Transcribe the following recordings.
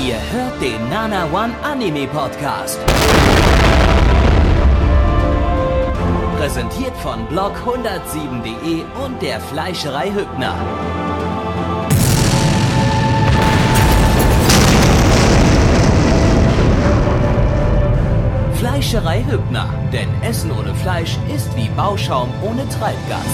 Ihr hört den Nana One Anime Podcast. Präsentiert von blog107.de und der Fleischerei Hübner. Fleischerei Hübner, denn Essen ohne Fleisch ist wie Bauschaum ohne Treibgas.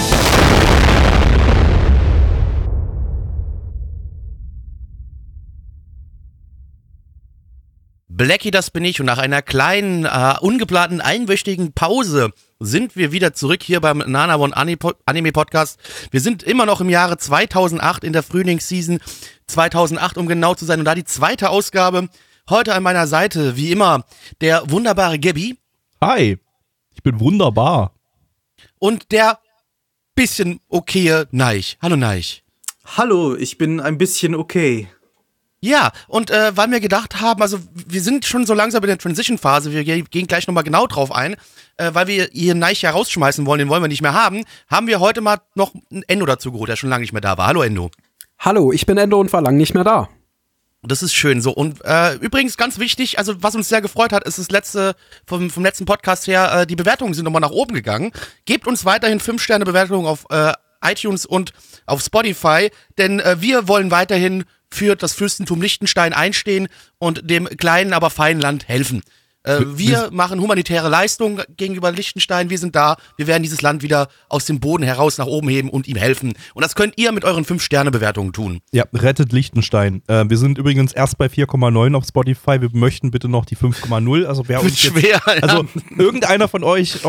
Blackie, das bin ich, und nach einer kleinen, ungeplanten einwöchigen Pause sind wir wieder zurück hier beim Nana One Anime Podcast. Wir sind immer noch im Jahre 2008 in der Frühlingsseason 2008, um genau zu sein, und da die zweite Ausgabe. Heute an meiner Seite, wie immer, der wunderbare Gabby. Hi, ich bin wunderbar. Und der bisschen okaye Neich. Hallo Neich. Hallo, ich bin ein bisschen okay. Ja, und weil wir gedacht haben, also wir sind schon so langsam in der Transition-Phase, wir gehen gleich nochmal genau drauf ein, weil wir hier Neich ja rausschmeißen wollen, den wollen wir nicht mehr haben wir heute mal noch einen Endo dazu geholt, der schon lange nicht mehr da war. Hallo Endo. Hallo, ich bin Endo und war lang nicht mehr da. Das ist schön so. Und übrigens ganz wichtig, also was uns sehr gefreut hat, ist das letzte, vom letzten Podcast her, die Bewertungen sind nochmal nach oben gegangen. Gebt uns weiterhin 5-Sterne-Bewertungen auf iTunes und auf Spotify, denn wir wollen weiterhin für das Fürstentum Liechtenstein einstehen und dem kleinen, aber feinen Land helfen. Wir machen humanitäre Leistungen gegenüber Liechtenstein, wir sind da, wir werden dieses Land wieder aus dem Boden heraus nach oben heben und ihm helfen. Und das könnt ihr mit euren 5-Sterne-Bewertungen tun. Ja, rettet Liechtenstein. Wir sind übrigens erst bei 4,9 auf Spotify, wir möchten bitte noch die 5,0. Also wer uns jetzt, schwer, ja. Also irgendeiner von euch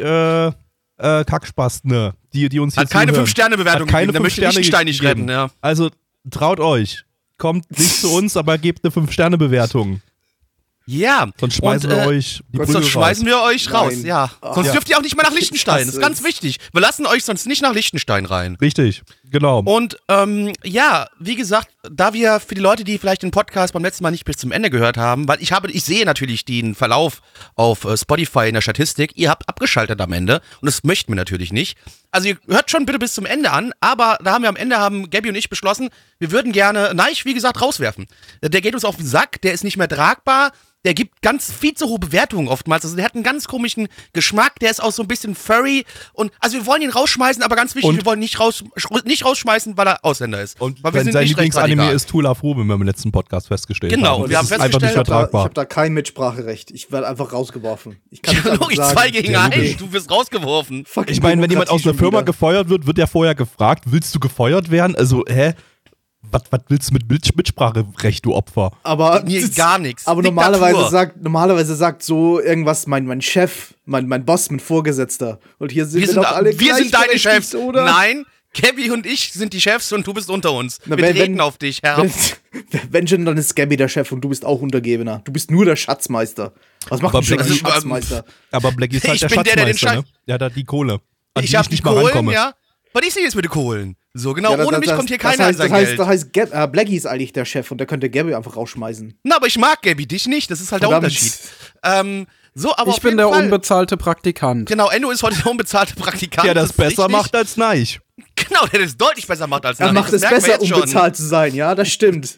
Kackspasten, die uns hat jetzt keine zuhören, 5-Sterne-Bewertung hat keine gegeben, der 5 möchte Sterne Liechtenstein nicht gegeben. retten, ja. Also traut euch. Kommt nicht zu uns, aber gebt eine 5-Sterne-Bewertung. Ja. Sonst schmeißen wir euch die Prügel Sonst schmeißen wir euch raus, Nein. ja. Sonst dürft ihr auch nicht mehr nach Liechtenstein, das ist ganz Das wichtig. Wir lassen euch sonst nicht nach Liechtenstein rein. Richtig, genau. Und ja, wie gesagt, da wir für die Leute, die vielleicht den Podcast beim letzten Mal nicht bis zum Ende gehört haben, weil ich sehe natürlich den Verlauf auf Spotify in der Statistik, ihr habt abgeschaltet am Ende und das möchten wir natürlich nicht. Also ihr hört schon bitte bis zum Ende an, aber da haben Gabby und ich beschlossen, wir würden gerne Neich, wie gesagt, rauswerfen. Der geht uns auf den Sack, der ist nicht mehr tragbar. Der gibt ganz viel zu hohe Bewertungen oftmals. Also der hat einen ganz komischen Geschmack, der ist auch so ein bisschen furry. Und also wir wollen ihn rausschmeißen, aber ganz wichtig, wir wollen nicht rausschmeißen, weil er Ausländer ist. Und weil wir sind sein nicht Lieblingsanime ist Tula Fu, wie wir im letzten Podcast festgestellt genau, haben. wir haben das ist einfach nicht festgestellt, vertragbar. Ich habe da kein Mitspracherecht. Ich werde einfach rausgeworfen. Ich kann nicht einfach Logisch, sagen, 2 gegen 1, du wirst rausgeworfen. Ich meine, wenn jemand aus einer Firma gefeuert gefeuert wird, wird er vorher gefragt, willst du gefeuert werden? Also, Was willst du mit Mitspracherecht, du Opfer? aber Nee, gar nichts. Aber Diktatur. normalerweise sagt so irgendwas mein Chef, mein Boss, mein Vorgesetzter. Und hier sind wir doch alle wir sind deine gleichberechtigt, Chefs. oder? Nein, Gabby und ich sind die Chefs und du bist unter uns. Na, wir wenn- treten wenn- auf dich herab. Wenn schon, dann ist Gabby der Chef und du bist auch Untergebener. Du bist nur der Schatzmeister. Was macht Aber denn schon ein Blackie- Schatzmeister? Aber Blackie ist halt Ich der bin der den Schatzmeister, ne? Der hat da die Kohle. An Ich hab ich die nicht mal Kohlen, rankomme. ja. Was ist denn jetzt mit den Kohlen? So, genau, Ja, ohne mich kommt hier keiner an sein Geld. Das heißt Blackie ist eigentlich der Chef und der könnte Gabby einfach rausschmeißen. Na, aber ich mag Gabby, dich nicht. Das ist halt Verdammt. der Unterschied. So, aber Ich auf bin jeden der Fall. unbezahlte Praktikant. Genau, Endo ist heute der unbezahlte Praktikant. Der das ist besser richtig. macht als Neich. Genau, der das deutlich besser macht als Er Nani. macht Das es merken wir besser, jetzt schon. unbezahlt zu sein, ja, das stimmt.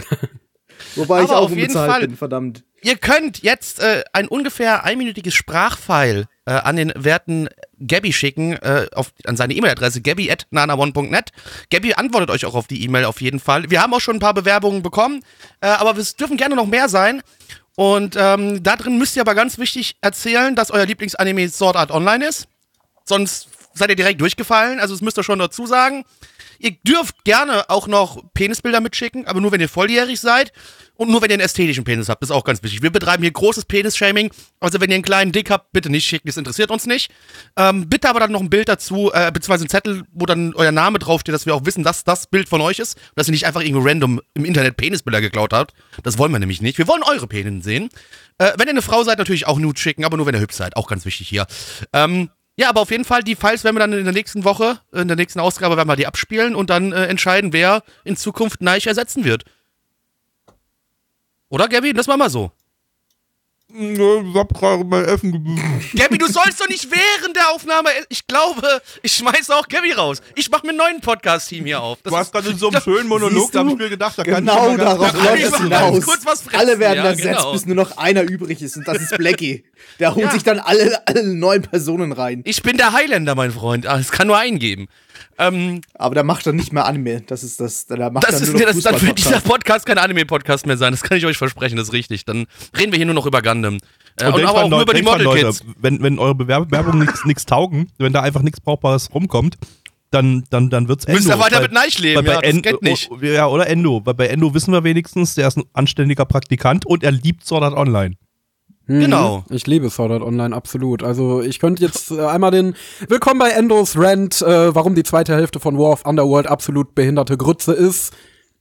Wobei ich Aber auch auf jeden unbezahlt Fall. bin, verdammt. Ihr könnt jetzt ein ungefähr einminütiges Sprachfile an den werten Gabby schicken, an seine E-Mail-Adresse gabby@nanaone.net. Gabby antwortet euch auch auf die E-Mail auf jeden Fall. Wir haben auch schon ein paar Bewerbungen bekommen, aber es dürfen gerne noch mehr sein. Und da drin müsst ihr aber ganz wichtig erzählen, dass euer Lieblingsanime Sword Art Online ist. Sonst seid ihr direkt durchgefallen, also das müsst ihr schon dazu sagen. Ihr dürft gerne auch noch Penisbilder mitschicken, aber nur, wenn ihr volljährig seid und nur, wenn ihr einen ästhetischen Penis habt. Das ist auch ganz wichtig. Wir betreiben hier großes Penis-Shaming. Also, wenn ihr einen kleinen Dick habt, bitte nicht schicken, das interessiert uns nicht. Bitte aber dann noch ein Bild dazu, beziehungsweise einen Zettel, wo dann euer Name draufsteht, dass wir auch wissen, dass das Bild von euch ist. Und dass ihr nicht einfach irgendwo random im Internet Penisbilder geklaut habt. Das wollen wir nämlich nicht. Wir wollen eure Penisen sehen. Wenn ihr eine Frau seid, natürlich auch Nude schicken, aber nur, wenn ihr hübsch seid. Auch ganz wichtig hier. Ja, aber auf jeden Fall, die Files werden wir dann in der nächsten Woche, in der nächsten Ausgabe werden wir die abspielen und dann entscheiden, wer in Zukunft Neich ersetzen wird. Oder, Gabby? Das machen wir so. Ich hab gerade mein Essen gebügelt. Gabby, du sollst doch nicht während der Aufnahme. Ich glaube, ich schmeiße auch Gabby raus. Ich mache mir einen neuen Podcast-Team hier auf. Du hast gerade in so einem schönen Monolog, da hab ich mir gedacht, da kann ich Genau schon mal ganz darauf kurz- läuft es hinaus. kurz was fressen, Alle werden ja, ersetzt, genau. bis nur noch einer übrig ist. Und das ist Blackie. Der holt Ja. sich dann alle neuen Personen rein. Ich bin der Highlander, mein Freund. Es kann nur einen geben. Aber der macht dann nicht mehr Anime. Das ist das. Der macht Das dann ist, nur noch dann wird dieser Fußball-Podcast. Podcast kein Anime-Podcast mehr sein. Das kann ich euch versprechen, das ist richtig. Dann reden wir hier nur noch über Gundam. Und denkt aber dran, auch nur über die denkt dran, Model Leute, Kids. wenn eure Bewerbungen nichts taugen, wenn da einfach nichts Brauchbares rumkommt, dann wird's Endo. Müsst ihr weiter Weil- mit Neich leben, weil ja, bei das Endo, geht nicht. Ja, oder Endo. Weil bei Endo wissen wir wenigstens, der ist ein anständiger Praktikant und er liebt Sword Art Online. Genau. Ich liebe Sword Art Online, absolut. Also ich könnte jetzt einmal den Willkommen bei Endos Rant, warum die zweite Hälfte von War of Underworld absolut behinderte Grütze ist.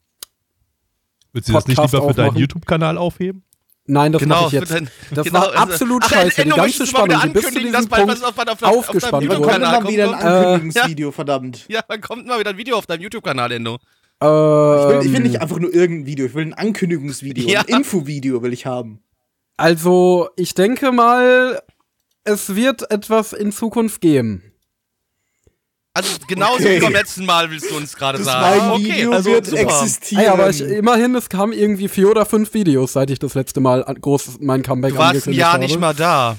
Willst du das nicht Podcast lieber für deinen aufmachen? YouTube-Kanal aufheben? Nein, das Genau, mache ich jetzt. für dein- Das genau, war also- absolut Ach, scheiße. Die Enno, ganze möchtest du mal wieder Spannung, die bis zu ankündigen, diesem dass bald Punkt was auf deinem aufgespannt YouTube-Kanal wurde. Wann kommt mal wieder ein kommt? Ankündigungsvideo, verdammt. Ja, dann kommt mal wieder ein Video auf deinem YouTube-Kanal, Endo. Ich will nicht einfach nur irgendein Video, ich will ein Ankündigungsvideo, Ja. ein Infovideo will ich haben. Also, ich denke mal, es wird etwas in Zukunft geben. Also genauso Okay. wie beim letzten Mal willst du uns gerade Das sagen. mein Okay, Video also wird super. existieren. Ey, aber immerhin, es kamen irgendwie 4 oder 5 Videos, seit ich das letzte Mal groß mein Comeback Du warst ein angekündigt Jahr habe. nicht mal da.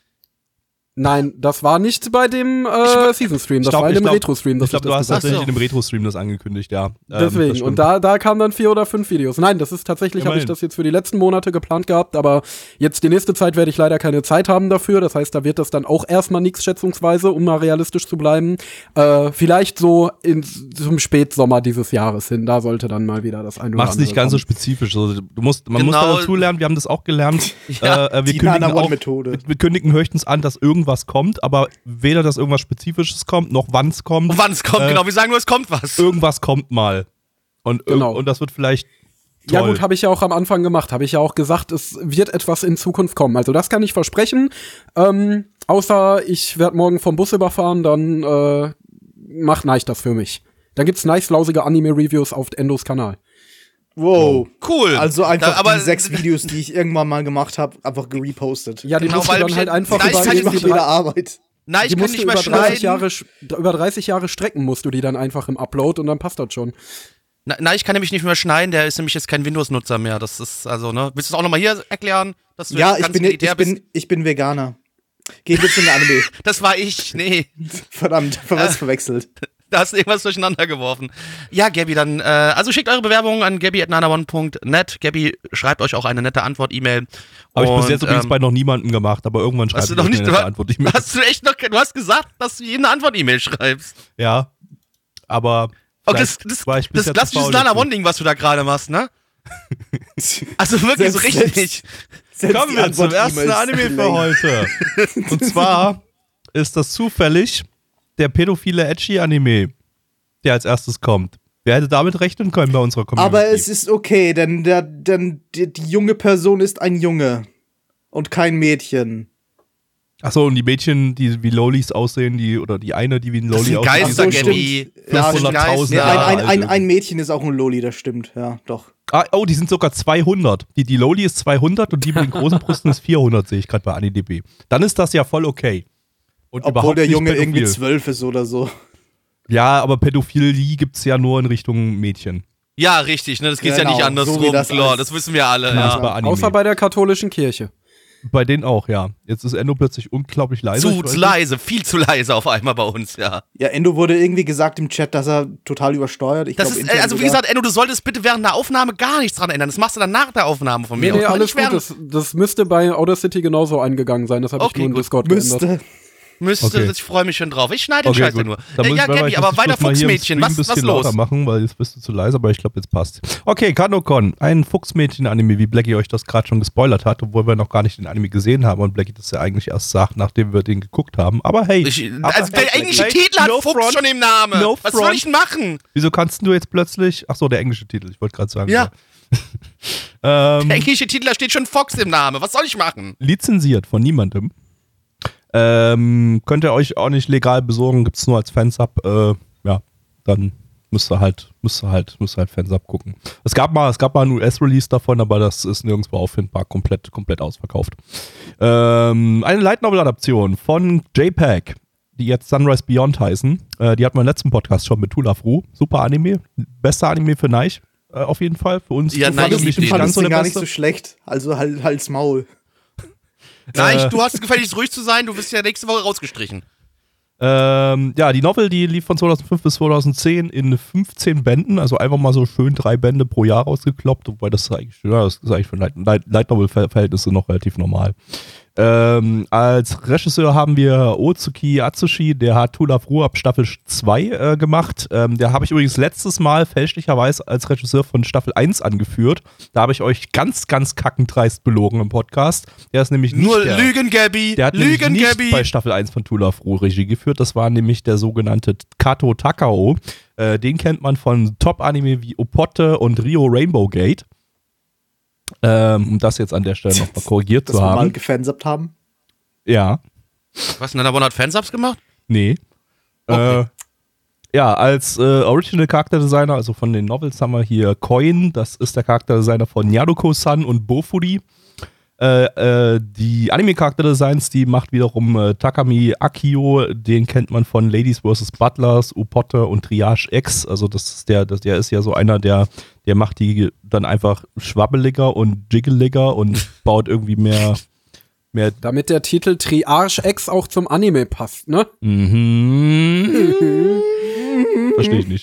Nein, das war nicht bei dem Season-Stream, das war in dem Retro-Stream, Ich dass glaube, du das hast gesagt tatsächlich so. in dem Retro-Stream das angekündigt, ja. Das Deswegen. stimmt. Und da kamen dann 4 oder 5 Videos. Nein, das ist tatsächlich, habe ich Immerhin. das jetzt für die letzten Monate geplant gehabt, aber jetzt die nächste Zeit werde ich leider keine Zeit haben dafür. Das heißt, da wird das dann auch erstmal nichts schätzungsweise, um mal realistisch zu bleiben. Vielleicht so zum Spätsommer dieses Jahres hin. Da sollte dann mal wieder das ein oder Mach's nicht ganz so kommen. spezifisch. Also, man muss Genau. da dazu lernen, wir haben das auch gelernt. Ja, Wir die kündigen auch, Nana-One-Methode. wir kündigen höchstens an, dass irgendwas kommt, aber weder, dass irgendwas Spezifisches kommt, noch wann es kommt. Und wann es kommt, genau. Wir sagen nur, es kommt was. Irgendwas kommt mal. Und, Genau. und das wird vielleicht Ja toll. gut, habe ich ja auch am Anfang gemacht. Habe ich ja auch gesagt, es wird etwas in Zukunft kommen. Also das kann ich versprechen. Außer ich werde morgen vom Bus überfahren, dann macht Neich das für mich. Dann gibt's nice lausige Anime-Reviews auf Endos Kanal. Wow. Cool. Also einfach aber die 6 Videos, die ich irgendwann mal gemacht habe, einfach gerepostet. Ja, die Genau, musst du weil dann ich- halt einfach Nein, ich über kann Ich jetzt mache die wieder Arbeit. Nein, ich die kann musst nicht du mehr über 30 schneiden. über 30 Jahre strecken musst du die dann einfach im Upload und dann passt das schon. Nein, ich kann nämlich nicht mehr schneiden. Der ist nämlich jetzt kein Windows-Nutzer mehr. Das ist also, ne? Willst du es auch nochmal hier erklären? Dass du Ja, jetzt ganz elitär bist? ich bin Veganer. Geh bitte in den Anime. Das war ich. Nee. Verdammt, was verwechselt. Da hast du irgendwas durcheinander geworfen. Ja, Gabby, dann, also schickt eure Bewerbungen an gabby@nanaone.net. Gabby schreibt euch auch eine nette Antwort-E-Mail. Habe ich bis Und, jetzt übrigens bei noch niemandem gemacht, aber irgendwann schreibe hast ich du noch euch nicht, eine Antwort. hast du echt noch, du hast gesagt, dass du jedem eine Antwort-E-Mail schreibst. Ja, aber Oh, vielleicht war ich das bisher lass zu faul dieses Lana dazu. One-Ding, was du da gerade machst, ne? Also wirklich so richtig. Selbst Kommen die wir zum ersten Antwort-E-Mail ist Anime für länger. heute. Und zwar ist das zufällig der pädophile Edgy-Anime, der als erstes kommt. Wer hätte damit rechnen können bei unserer Community? Aber es ist okay, denn die junge Person ist ein Junge und kein Mädchen. Achso, und die Mädchen, die wie Lolis aussehen, oder die eine, die wie ein Das Loli sind aussieht. Geister, Ach so, Gabby. stimmt. Ja, Das sind 500.000 Geister. Nee, Jahre alt. ein Mädchen ist auch ein Loli, das stimmt, ja, doch. Oh, die sind sogar 200. Die Loli ist 200 und die mit den großen Brüsten ist 400, sehe ich gerade bei AniDB. Dann ist das ja voll okay. Und Obwohl überhaupt der nicht Junge pädophil. irgendwie 12 ist oder so. Ja, aber Pädophilie gibt's ja nur in Richtung Mädchen. Ja, richtig, ne? Das geht ja Genau, nicht andersrum, so wie das klar, alles- das wissen wir alle. Also Ja. bei Anime. Außer bei der katholischen Kirche. Bei denen auch, ja. Jetzt ist Endo plötzlich unglaublich leise. Ich Zu weiß nicht. leise, viel zu leise auf einmal bei uns, ja. Ja, Endo wurde irgendwie gesagt im Chat, dass er total übersteuert. Ich Das glaub, ist, intern also wie sogar. gesagt, Enno, du solltest bitte während der Aufnahme gar nichts dran ändern. Das machst du dann nach der Aufnahme von mir. Nee, aus. alles Nicht gut. Das müsste bei Outer City genauso eingegangen sein. Das habe ich Okay, nur in gut. Discord geändert. müsste. Müsste, Okay. ich freue mich schon drauf. Ich schneide den Okay, Scheiß ja gut. nur. Dann muss Ja, ich- warte mal, Gabby, ich aber muss weiter bloß mal hier im Fuchsmädchen, Stream ein was bisschen los? lauter machen, weil jetzt bist du zu leise, aber ich glaube, jetzt passt. Okay, Kanokon, ein Fuchsmädchen-Anime, wie Blackie euch das gerade schon gespoilert hat, obwohl wir noch gar nicht den Anime gesehen haben und Blackie das ja eigentlich erst sagt, nachdem wir den geguckt haben. Aber hey, Also der englische hey, Titel hat no Fuchs front, schon im Namen. no Was soll front. ich denn machen? wieso kannst du jetzt plötzlich, ach so, der englische Titel, ich wollte gerade sagen. Ja. Ja. Der englische Titel, da steht schon Fox im Namen. Was soll ich machen? Lizenziert von niemandem. Könnt ihr euch auch nicht legal besorgen, gibt's nur als Fansub. Ja, dann müsst ihr halt Fansub gucken. Es gab mal ein US-Release davon, aber das ist nirgendwo auffindbar, komplett ausverkauft. Eine Light Novel-Adaption von JPEG, die jetzt Sunrise Beyond heißen. Die hatten wir im letzten Podcast schon mit Tulafru. Super Anime, bester Anime für Neich, auf jeden Fall. Für uns Ja, Neich Ich fand ganz es so gar der nicht so Beste. schlecht. Also halt's Maul. Nein, du hast gefälligst ruhig zu sein, du wirst ja nächste Woche rausgestrichen. Die Novel, die lief von 2005 bis 2010 in 15 Bänden, also einfach mal so schön 3 Bände pro Jahr rausgekloppt, wobei das ist eigentlich für Light Novel-Verhältnisse noch relativ normal. Als Regisseur haben wir Otsuki Atsushi, der hat Tulafru ab Staffel 2 gemacht. Der habe ich übrigens letztes Mal fälschlicherweise als Regisseur von Staffel 1 angeführt. Da habe ich euch ganz, ganz kackendreist belogen im Podcast. Der ist nämlich nicht Nur Lügen, Gabby. der hat nämlich nicht bei Staffel 1 von Tulafru Regie geführt. Das war nämlich der sogenannte Kato Takao. Den kennt man von Top-Anime wie Opotte und Rio Rainbow Gate. Um das jetzt an der Stelle nochmal korrigiert Dass zu wir mal haben. gefansubbt haben. Ja, Was, Nanabon hat Fansubs gemacht? nee. Okay. Als Original Charakterdesigner, also von den Novels, haben wir hier Koin. Das ist der Charakterdesigner von Nyaruko-san und Bofuri. Die Anime-Charakterdesigns, die macht wiederum Takami Akio. Den kennt man von Ladies vs. Butlers, Upotte und Triage X. Also das ist der ist ja so einer, der macht die dann einfach schwabbeliger und jiggeliger und baut irgendwie mehr Damit der Titel Triarch X auch zum Anime passt, ne? Verstehe ich nicht.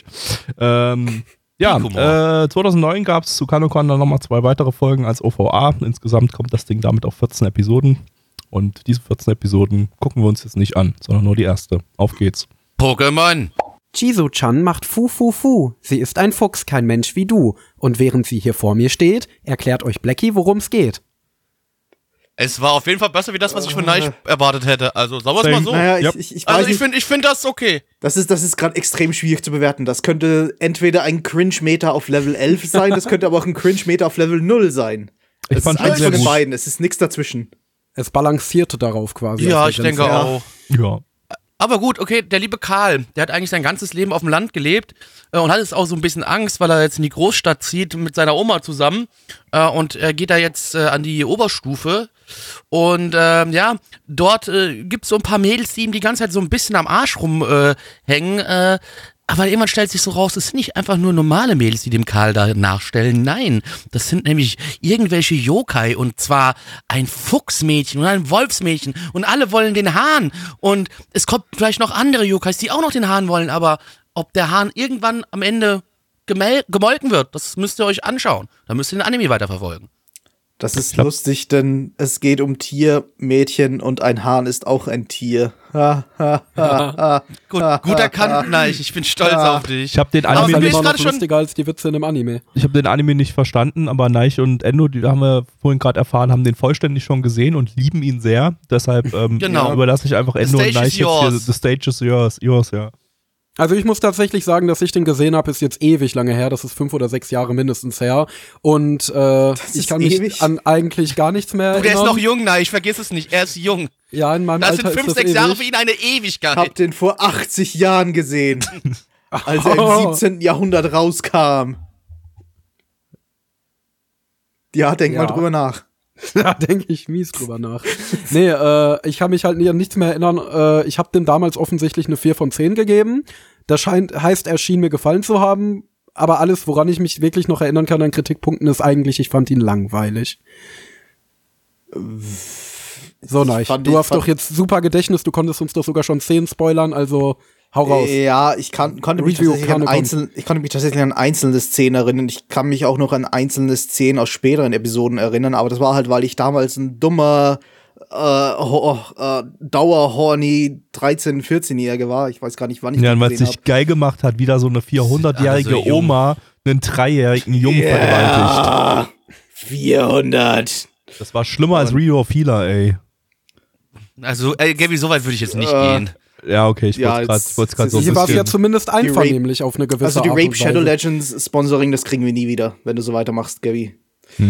2009 gab es zu Kanokon dann nochmal 2 weitere Folgen als OVA. Insgesamt kommt das Ding damit auf 14 Episoden. Und diese 14 Episoden gucken wir uns jetzt nicht an, sondern nur die erste. Auf geht's. Pokémon. Chizu-chan macht Fu Fu Fu. Sie ist ein Fuchs, kein Mensch wie du. Und während sie hier vor mir steht, erklärt euch Blackie, worum es geht. Es war auf jeden Fall besser wie das, was ich von Neich erwartet hätte. Also, sagen wir es mal so. Naja, Ja. ich weiß Also, nicht. ich finde das okay. Das ist gerade extrem schwierig zu bewerten. Das könnte entweder ein Cringe-Meter auf Level 11 sein, das könnte aber auch ein Cringe-Meter auf Level 0 sein. Ich Es fand ist schon eins sehr von den gut. beiden, es ist nichts dazwischen. Es balancierte darauf quasi. Ja, auf ich der denke Grenze. auch. Ja. Aber gut, okay, der liebe Karl, der hat eigentlich sein ganzes Leben auf dem Land gelebt und hat jetzt auch so ein bisschen Angst, weil er jetzt in die Großstadt zieht mit seiner Oma zusammen und geht da jetzt an die Oberstufe und dort gibt's so ein paar Mädels, die ihm die ganze Zeit so ein bisschen am Arsch rumhängen, aber irgendwann stellt sich so raus, es sind nicht einfach nur normale Mädels, die dem Karl da nachstellen. Nein, das sind nämlich irgendwelche Yokai und zwar ein Fuchsmädchen und ein Wolfsmädchen und alle wollen den Hahn. Und es kommt vielleicht noch andere Yokais, die auch noch den Hahn wollen, aber ob der Hahn irgendwann am Ende gemolken wird, das müsst ihr euch anschauen. Da müsst ihr den Anime weiterverfolgen. Das ist lustig, denn es geht um Tiermädchen und ein Hahn ist auch ein Tier. Gut erkannt, Neich, ich bin stolz auf dich. Ich habe den Aber Das ist mir halt Anime ist immer noch gerade schon- lustiger als die Witze in einem Anime. nicht verstanden, aber Neich und Endo, die haben wir vorhin gerade erfahren, haben den vollständig schon gesehen und lieben ihn sehr. Deshalb Genau. überlasse ich einfach The Endo und stage Neich is jetzt hier. yours. The stage is yours, ja. Also ich muss tatsächlich sagen, dass ich den gesehen habe, ist jetzt ewig lange her. Das ist 5 oder 6 Jahre mindestens her. Und ich ist kann mich ewig. an eigentlich gar nichts mehr Der ist erinnern. noch jung, Neich, vergiss es nicht, er ist jung. Ja, in meinem Das Alter sind 5, ist das 6 Jahre ewig. für ihn eine Ich Ewigkeit. hab den vor 80 Jahren gesehen, als er im 17. Jahrhundert rauskam. Ja, denk Ja. mal drüber nach. Da denke ich mies drüber nach. Nee, ich kann mich halt an nichts mehr erinnern. Ich habe dem damals offensichtlich eine 4 von 10 gegeben. Das heißt, er schien mir gefallen zu haben. Aber alles, woran ich mich wirklich noch erinnern kann an Kritikpunkten, ist eigentlich, ich fand ihn langweilig. So, Neich, du hast doch jetzt super Gedächtnis. Du konntest uns doch sogar schon 10 spoilern, also hau raus. Ja, ich konnte mich Review tatsächlich an einzelne Szenen erinnern. Ich kann mich auch noch an einzelne Szenen aus späteren Episoden erinnern, aber das war halt, weil ich damals ein dummer dauerhorny 13-, 14-Jähriger war. Ich weiß gar nicht, wann ich Ja, den weil es gesehen sich geil gemacht hat, wieder so eine 400-jährige Alle so jung. Oma einen 3-jährigen Jungen vergewaltigt. habe. 400. Das war schlimmer als Rio of Healer, ey. Also, Gabi, so weit würde ich jetzt nicht gehen. Ja, okay, ich Ja, wollte es gerade so ein Hier war es ja bisschen. zumindest Rape- einvernehmlich auf eine gewisse Also die Art Rape und Shadow Weise. Legends Sponsoring, das kriegen wir nie wieder, wenn du so weitermachst, Gabby.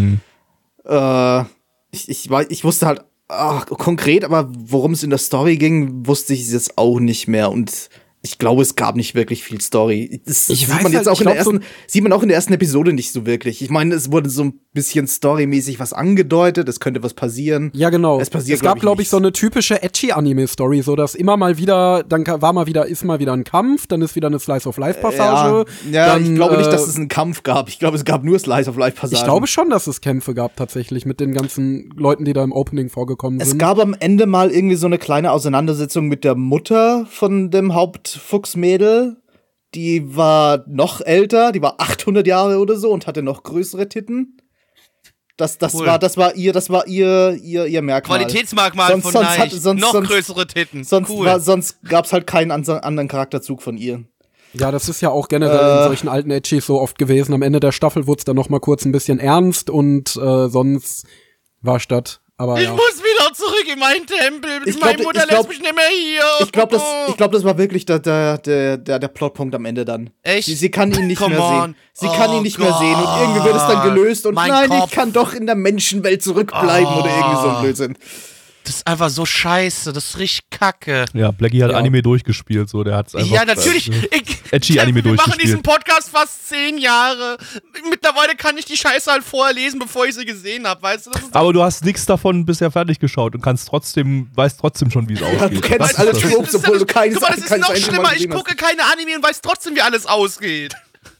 Ich wusste halt konkret, aber worum es in der Story ging, wusste ich es jetzt auch nicht mehr. Und Ich glaube, es gab nicht wirklich viel Story. Das Ich sieht weiß man jetzt halt, auch ich sieht man auch in der ersten Episode nicht so wirklich. Ich meine, es wurde so ein bisschen storymäßig was angedeutet, es könnte was passieren. Ja, genau. Es passiert, gab, glaube ich, nichts. so eine typische Edgy-Anime-Story, so dass immer mal wieder, ist mal wieder ein Kampf, dann ist wieder eine Slice-of-Life-Passage. Ja, dann, ich glaube nicht, dass es einen Kampf gab. Ich glaube, es gab nur Slice-of-Life-Passagen. Ich glaube schon, dass es Kämpfe gab tatsächlich mit den ganzen Leuten, die da im Opening vorgekommen sind. Es gab am Ende mal irgendwie so eine kleine Auseinandersetzung mit der Mutter von dem Hauptfuchsmädel. Die war noch älter, die war 800 Jahre oder so und hatte noch größere Titten. Das Cool. war ihr Merkmal. Qualitätsmerkmal von Nike. Noch größere Titten. Sonst gab's halt keinen anderen Charakterzug von ihr. Ja, das ist ja auch generell in solchen alten Edgys so oft gewesen. Am Ende der Staffel wurde es dann noch mal kurz ein bisschen ernst und sonst war statt. Aber Ich ja. muss wieder zurück in meinen Tempel. Meine Mutter lässt mich nicht mehr hier. Ich glaube, das war wirklich der Plotpunkt am Ende dann. Echt? Sie kann ihn nicht Come mehr on. sehen. Sie kann ihn nicht mehr Gott. sehen und irgendwie wird es dann gelöst und Mein nein, Kopf. ich kann doch in der Menschenwelt zurückbleiben oder irgendwie so ein Blödsinn. Das ist einfach so scheiße. Das ist richtig kacke. Ja, Blackie hat Ja. Anime durchgespielt, so, der hat's einfach. Ja, natürlich. Edgy-Anime Wir machen durchgespielt. diesen Podcast fast 10 Jahre. Mittlerweile kann ich die Scheiße halt vorher lesen, bevor ich sie gesehen habe, weißt du? Das ist Aber du hast nichts davon bisher fertig geschaut und weißt trotzdem schon, wie es ausgeht. du kennst Das ist alle das. Tropes, obwohl du keines Guck mal, das ist keines noch einzigen schlimmer. Mal Ich gesehen hast. gucke keine Anime und weiß trotzdem, wie alles ausgeht.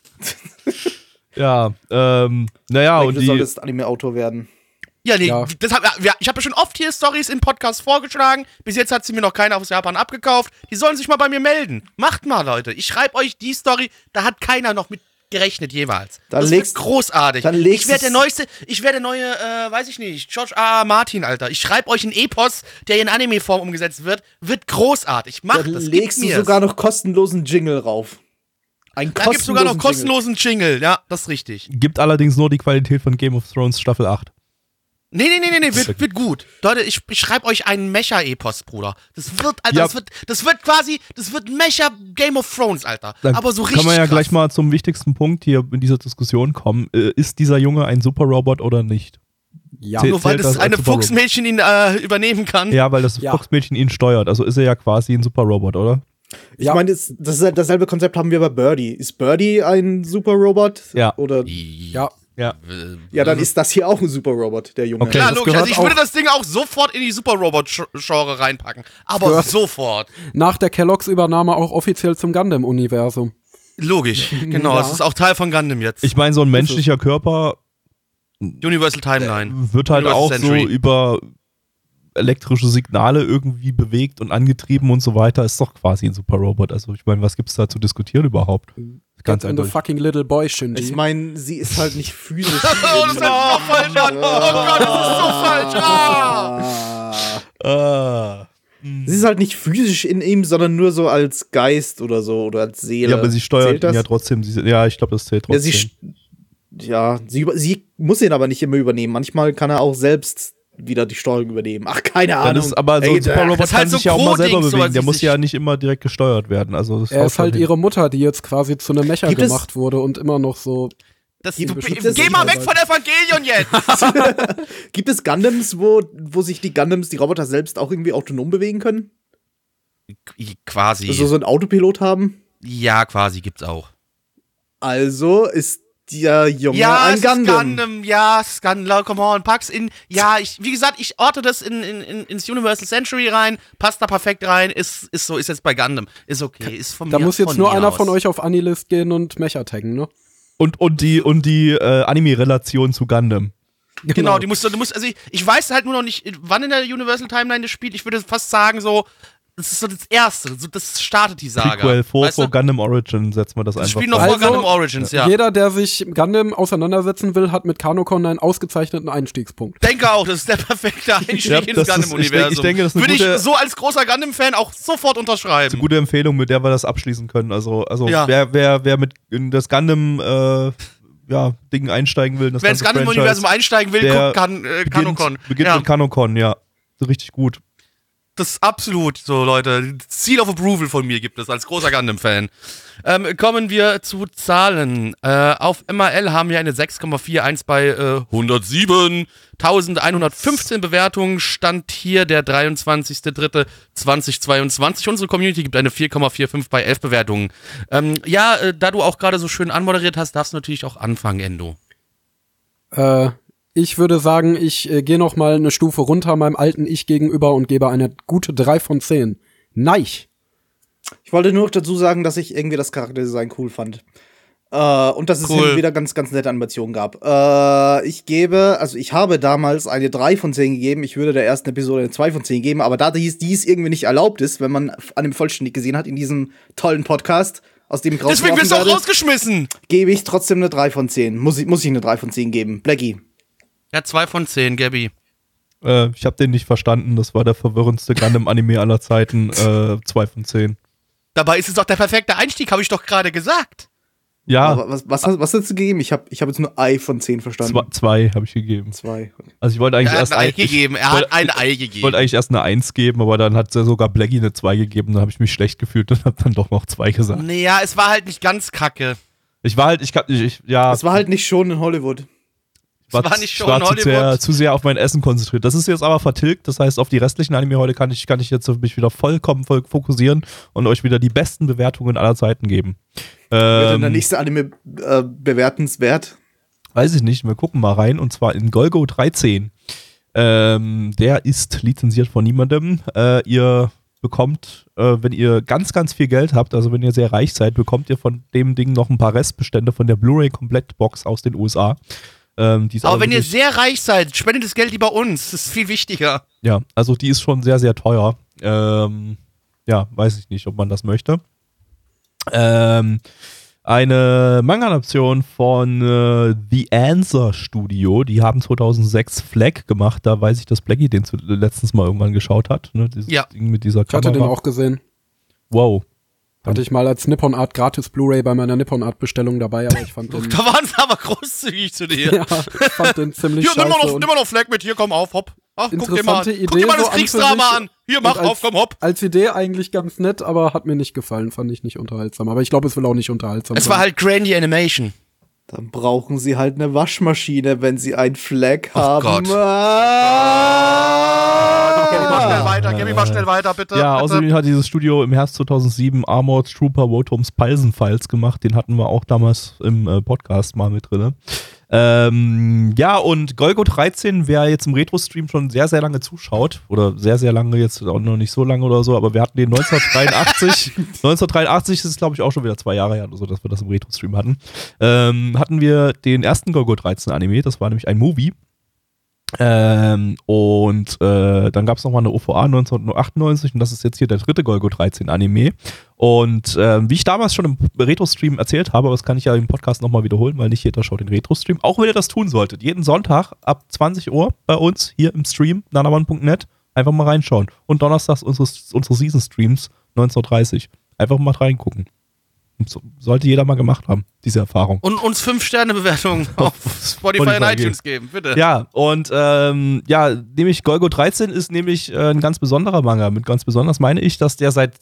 Ja, und Du die. solltest Anime-Autor werden. Ja, nee, Ja. ich habe ja schon oft hier Stories im Podcast vorgeschlagen. Bis jetzt hat sie mir noch keiner aus Japan abgekauft. Die sollen sich mal bei mir melden. Macht mal, Leute. Ich schreibe euch die Story, da hat keiner noch mit gerechnet jeweils. Dann das legst- wird großartig. dann legst ich werde es- der neue, weiß ich nicht, George R. R. Martin, Alter. Ich schreibe euch einen Epos, der in Anime-Form umgesetzt wird großartig. Macht Da das, legst du sogar noch kostenlosen Jingle rauf. Da gibt's sogar noch kostenlosen Jingle. Ja, das ist richtig. Gibt allerdings nur die Qualität von Game of Thrones Staffel 8. Nee, wird gut. Leute, ich schreibe euch einen Mecha-Epos, Bruder. Das wird, Alter, Ja. das wird Mecha Game of Thrones, Alter. Dann Aber so richtig kann man ja krass. gleich mal zum wichtigsten Punkt hier in dieser Diskussion kommen. Ist dieser Junge ein Superrobot oder nicht? Ja. Zählt- Nur weil zählt das das als eine Superrobot? Fuchsmädchen ihn übernehmen kann. Ja, weil das Ja. Foxmädchen ihn steuert. Also ist er ja quasi ein Superrobot, oder? Ich meine, dasselbe Konzept haben wir bei Birdie. Ist Birdie ein Superrobot? Ja. Oder, Ja. Ja. ja, dann ist das hier auch ein Superrobot, der Junge. Okay. Ja, das logisch. gehört Also ich würde das Ding auch sofort in die Super-Robot-Genre reinpacken. Aber gehört- sofort. Nach der Kelloggs-Übernahme auch offiziell zum Gundam-Universum. Logisch. Genau, Ja. es ist auch Teil von Gundam jetzt. Ich meine, so ein menschlicher Körper Universal Timeline. wird halt Universal auch Century. so über elektrische Signale irgendwie bewegt und angetrieben und so weiter. Ist doch quasi ein Superrobot. Also ich meine, was gibt's da zu diskutieren überhaupt? Ganz Get in the eindeutig. fucking little boy, Shinji. Ich meine, sie ist halt nicht physisch. Oh, das ist so falsch an. Oh Gott, das ist so falsch. Ah. Sie ist halt nicht physisch in ihm, sondern nur so als Geist oder so oder als Seele. Ja, aber sie steuert Zählt ihn das? ja trotzdem. Ja, ich glaube, das zählt Ja, trotzdem. sie muss ihn aber nicht immer übernehmen. Manchmal kann er auch selbst wieder die Steuerung übernehmen. Ach, keine Dann Ahnung. ist aber so ein Superrobot das ist halt kann so sich ja auch mal selber Coding, bewegen. sowas Der wie muss sich- ja nicht immer direkt gesteuert werden. Also das Er haut ist halt schon hin. ihre Mutter, die jetzt quasi zu einem Mecha Gibt es- gemacht wurde und immer noch so. Das, Die du, beschützen geh sich mal halt. weg von Evangelion jetzt. Gibt es Gundams, wo sich die Roboter selbst auch irgendwie autonom bewegen können? Quasi. Also so einen Autopilot haben? Ja, quasi gibt's auch. Also ist der Junge Ja, ein es ist Gundam. Gundam, ja, es ist Gundam, come on, pack's in, ja, wie gesagt, ich orte das ins Universal Century rein, passt da perfekt rein, ist so, ist jetzt bei Gundam, ist okay, ist von Da mir muss jetzt von nur mir einer aus. von euch auf Anilist gehen und Mecha taggen, ne? Und die Anime-Relation zu Gundam. Genau, du musst, also ich weiß halt nur noch nicht, wann in der Universal Timeline das spielt, ich würde fast sagen so, das ist so das Erste, so, das startet die Saga. Prequel vor Weißt du? Gundam Origin, setzen wir das Das einfach spielt noch vor. vor Also, Gundam Origins, ja. Jeder, der sich Gundam auseinandersetzen will, hat mit Kanokon einen ausgezeichneten Einstiegspunkt. Denke auch, das ist der perfekte Einstieg Ja, ins das ist- Gundam-Universum. ich denke, das ist eine würde gute- ich so als großer Gundam-Fan auch sofort unterschreiben. Eine gute Empfehlung, mit der wir das abschließen können. Also Ja. wer mit in das Gundam Ding einsteigen will, das Wer ins ganze Gundam-Universum Franchise, einsteigen will, der guckt Kanokon. beginnt Ja. mit Kanokon, ja. So richtig gut. Das ist absolut so, Leute. Seal of Approval von mir gibt es als großer Gundam-Fan. Kommen wir zu Zahlen. Auf MRL haben wir eine 6,41 bei 107.115 Bewertungen. Stand hier der 23.03.2022. Unsere Community gibt eine 4,45 bei 11 Bewertungen. Da du auch gerade so schön anmoderiert hast, darfst du natürlich auch anfangen, Endo. Ich würde sagen, ich gehe noch mal eine Stufe runter meinem alten Ich gegenüber und gebe eine gute 3 von 10. Nein. Ich wollte nur noch dazu sagen, dass ich irgendwie das Charakterdesign cool fand. Und dass es wieder ganz, ganz nette Animationen gab. Ich habe damals eine 3 von 10 gegeben. Ich würde der ersten Episode eine 2 von 10 geben, aber da dies irgendwie nicht erlaubt ist, wenn man Anime vollständig gesehen hat in diesem tollen Podcast, aus dem ich deswegen wirst du auch rausgeschmissen! Gebe ich trotzdem eine 3 von 10. Muss ich eine 3 von 10 geben. Blackie. Ja, 2 von 10, Gabby. Ich habe den nicht verstanden. Das war der verwirrendste Gundam-Anime aller Zeiten. 2 von 10. Dabei ist es doch der perfekte Einstieg, habe ich doch gerade gesagt. Ja. Aber was hast du gegeben? Ich hab jetzt nur Ei von 10 verstanden. 2 habe ich gegeben. 2. Also ich wollte eigentlich Er hat ein Ei gegeben. Er hat ein Ei gegeben. Ich wollte eigentlich erst eine 1 geben, aber dann hat sogar Blackie eine 2 gegeben. Dann habe ich mich schlecht gefühlt und habe dann doch noch 2 gesagt. Naja, es war halt nicht ganz kacke. Es war halt nicht schon in Hollywood. Ich war zu sehr auf mein Essen konzentriert. Das ist jetzt aber vertilgt, das heißt, auf die restlichen Anime heute kann ich jetzt mich wieder vollkommen fokussieren und euch wieder die besten Bewertungen aller Zeiten geben. Wird denn der nächste Anime bewertenswert? Weiß ich nicht, wir gucken mal rein, und zwar in Golgo 13. Der ist lizenziert von niemandem. Ihr bekommt, wenn ihr ganz, ganz viel Geld habt, also wenn ihr sehr reich seid, bekommt ihr von dem Ding noch ein paar Restbestände von der Blu-ray-Komplettbox aus den USA. Aber wenn ihr sehr reich seid, spendet das Geld lieber uns. Das ist viel wichtiger. Ja, also die ist schon sehr, sehr teuer. Weiß ich nicht, ob man das möchte. Eine Manga-Adaption von The Answer Studio. Die haben 2006 Flag gemacht. Da weiß ich, dass Blackie den letztens mal irgendwann geschaut hat. Ne? Ding mit dieser Kamera. Ich hatte den auch gesehen. Wow. Hatte ich mal als Nippon Art gratis Blu-ray bei meiner Nippon Art Bestellung dabei, aber ich fand den... Da waren sie aber großzügig zu dir. Ja, ich fand den ziemlich hier, scheiße. Nimm mal noch Flag mit, hier, komm auf, hopp. Ach, guck dir mal an. Idee, Guck dir mal das so Kriegsdrama an. Hier, mach auf, komm, hopp. Als Idee eigentlich ganz nett, aber hat mir nicht gefallen, fand ich nicht unterhaltsam. Aber ich glaube, es will auch nicht unterhaltsam sein. Es war halt Grandy Animation. Dann brauchen sie halt eine Waschmaschine, wenn sie ein Flag haben. Gott. Geh mal schnell weiter, bitte. Ja, bitte. außerdem hat dieses Studio im Herbst 2007 Armored Trooper Wotoms Palsen Files gemacht. Den hatten wir auch damals im Podcast mal mit drin. Und Golgo 13, wer jetzt im Retro-Stream schon sehr, sehr lange zuschaut, oder sehr, sehr lange, jetzt auch noch nicht so lange oder so, aber wir hatten den 1983. 1983 ist, glaube ich, auch schon wieder 2 Jahre her oder so, dass wir das im Retro-Stream hatten. Hatten wir den ersten Golgo 13 Anime, das war nämlich ein Movie. Dann gab es nochmal eine OVA 1998 und das ist jetzt hier der 3. Golgo 13 Anime. Und wie ich damals schon im Retro-Stream erzählt habe, aber das kann ich ja im Podcast nochmal wiederholen, weil nicht jeder schaut den Retro-Stream, auch wenn ihr das tun solltet. Jeden Sonntag ab 20 Uhr bei uns hier im Stream, nanaone.net, einfach mal reinschauen. Und donnerstags unsere Season-Streams 19:30. Einfach mal reingucken. Sollte jeder mal gemacht haben, diese Erfahrung. Und uns 5-Sterne-Bewertungen auf Spotify und iTunes geben, bitte. Ja, und nämlich Golgo 13 ist nämlich ein ganz besonderer Manga. Mit ganz besonders meine ich, dass der seit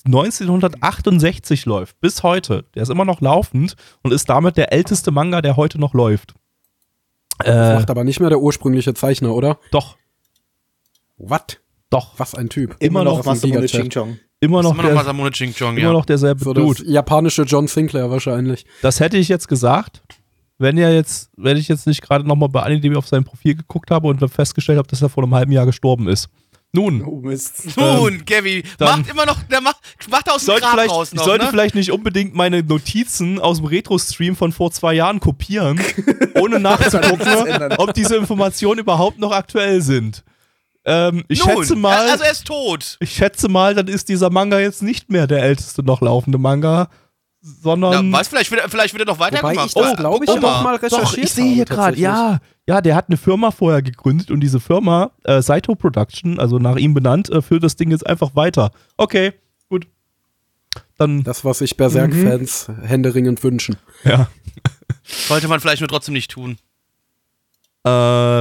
1968 läuft, bis heute. Der ist immer noch laufend und ist damit der älteste Manga, der heute noch läuft. Das macht aber nicht mehr der ursprüngliche Zeichner, oder? Doch. What? Doch. Was ein Typ. Immer noch Masamune Ching-Chong. Immer noch derselbe so Dude. Das japanische John Sinclair wahrscheinlich. Das hätte ich jetzt gesagt, wenn ich jetzt nicht gerade nochmal bei AniDB auf sein Profil geguckt habe und festgestellt habe, dass er vor einem halben Jahr gestorben ist. Nun. Oh Mist. Gabby, macht immer noch, macht aus dem Grab raus noch, Ich sollte vielleicht nicht unbedingt meine Notizen aus dem Retro-Stream von vor 2 Jahren kopieren, ohne nachzugucken, ob diese Informationen überhaupt noch aktuell sind. Schätze mal. Also er ist tot. Ich schätze mal, dann ist dieser Manga jetzt nicht mehr der älteste noch laufende Manga, sondern. Ja, vielleicht wird er noch weitergemacht. Glaube ich, auch mal recherchiert. Doch, ich sehe hier gerade, ja, der hat eine Firma vorher gegründet und diese Firma, Saito Production, also nach ihm benannt, führt das Ding jetzt einfach weiter. Okay, gut. Dann. Das, was sich Berserk-Fans händeringend wünschen. Ja. Sollte man vielleicht nur trotzdem nicht tun.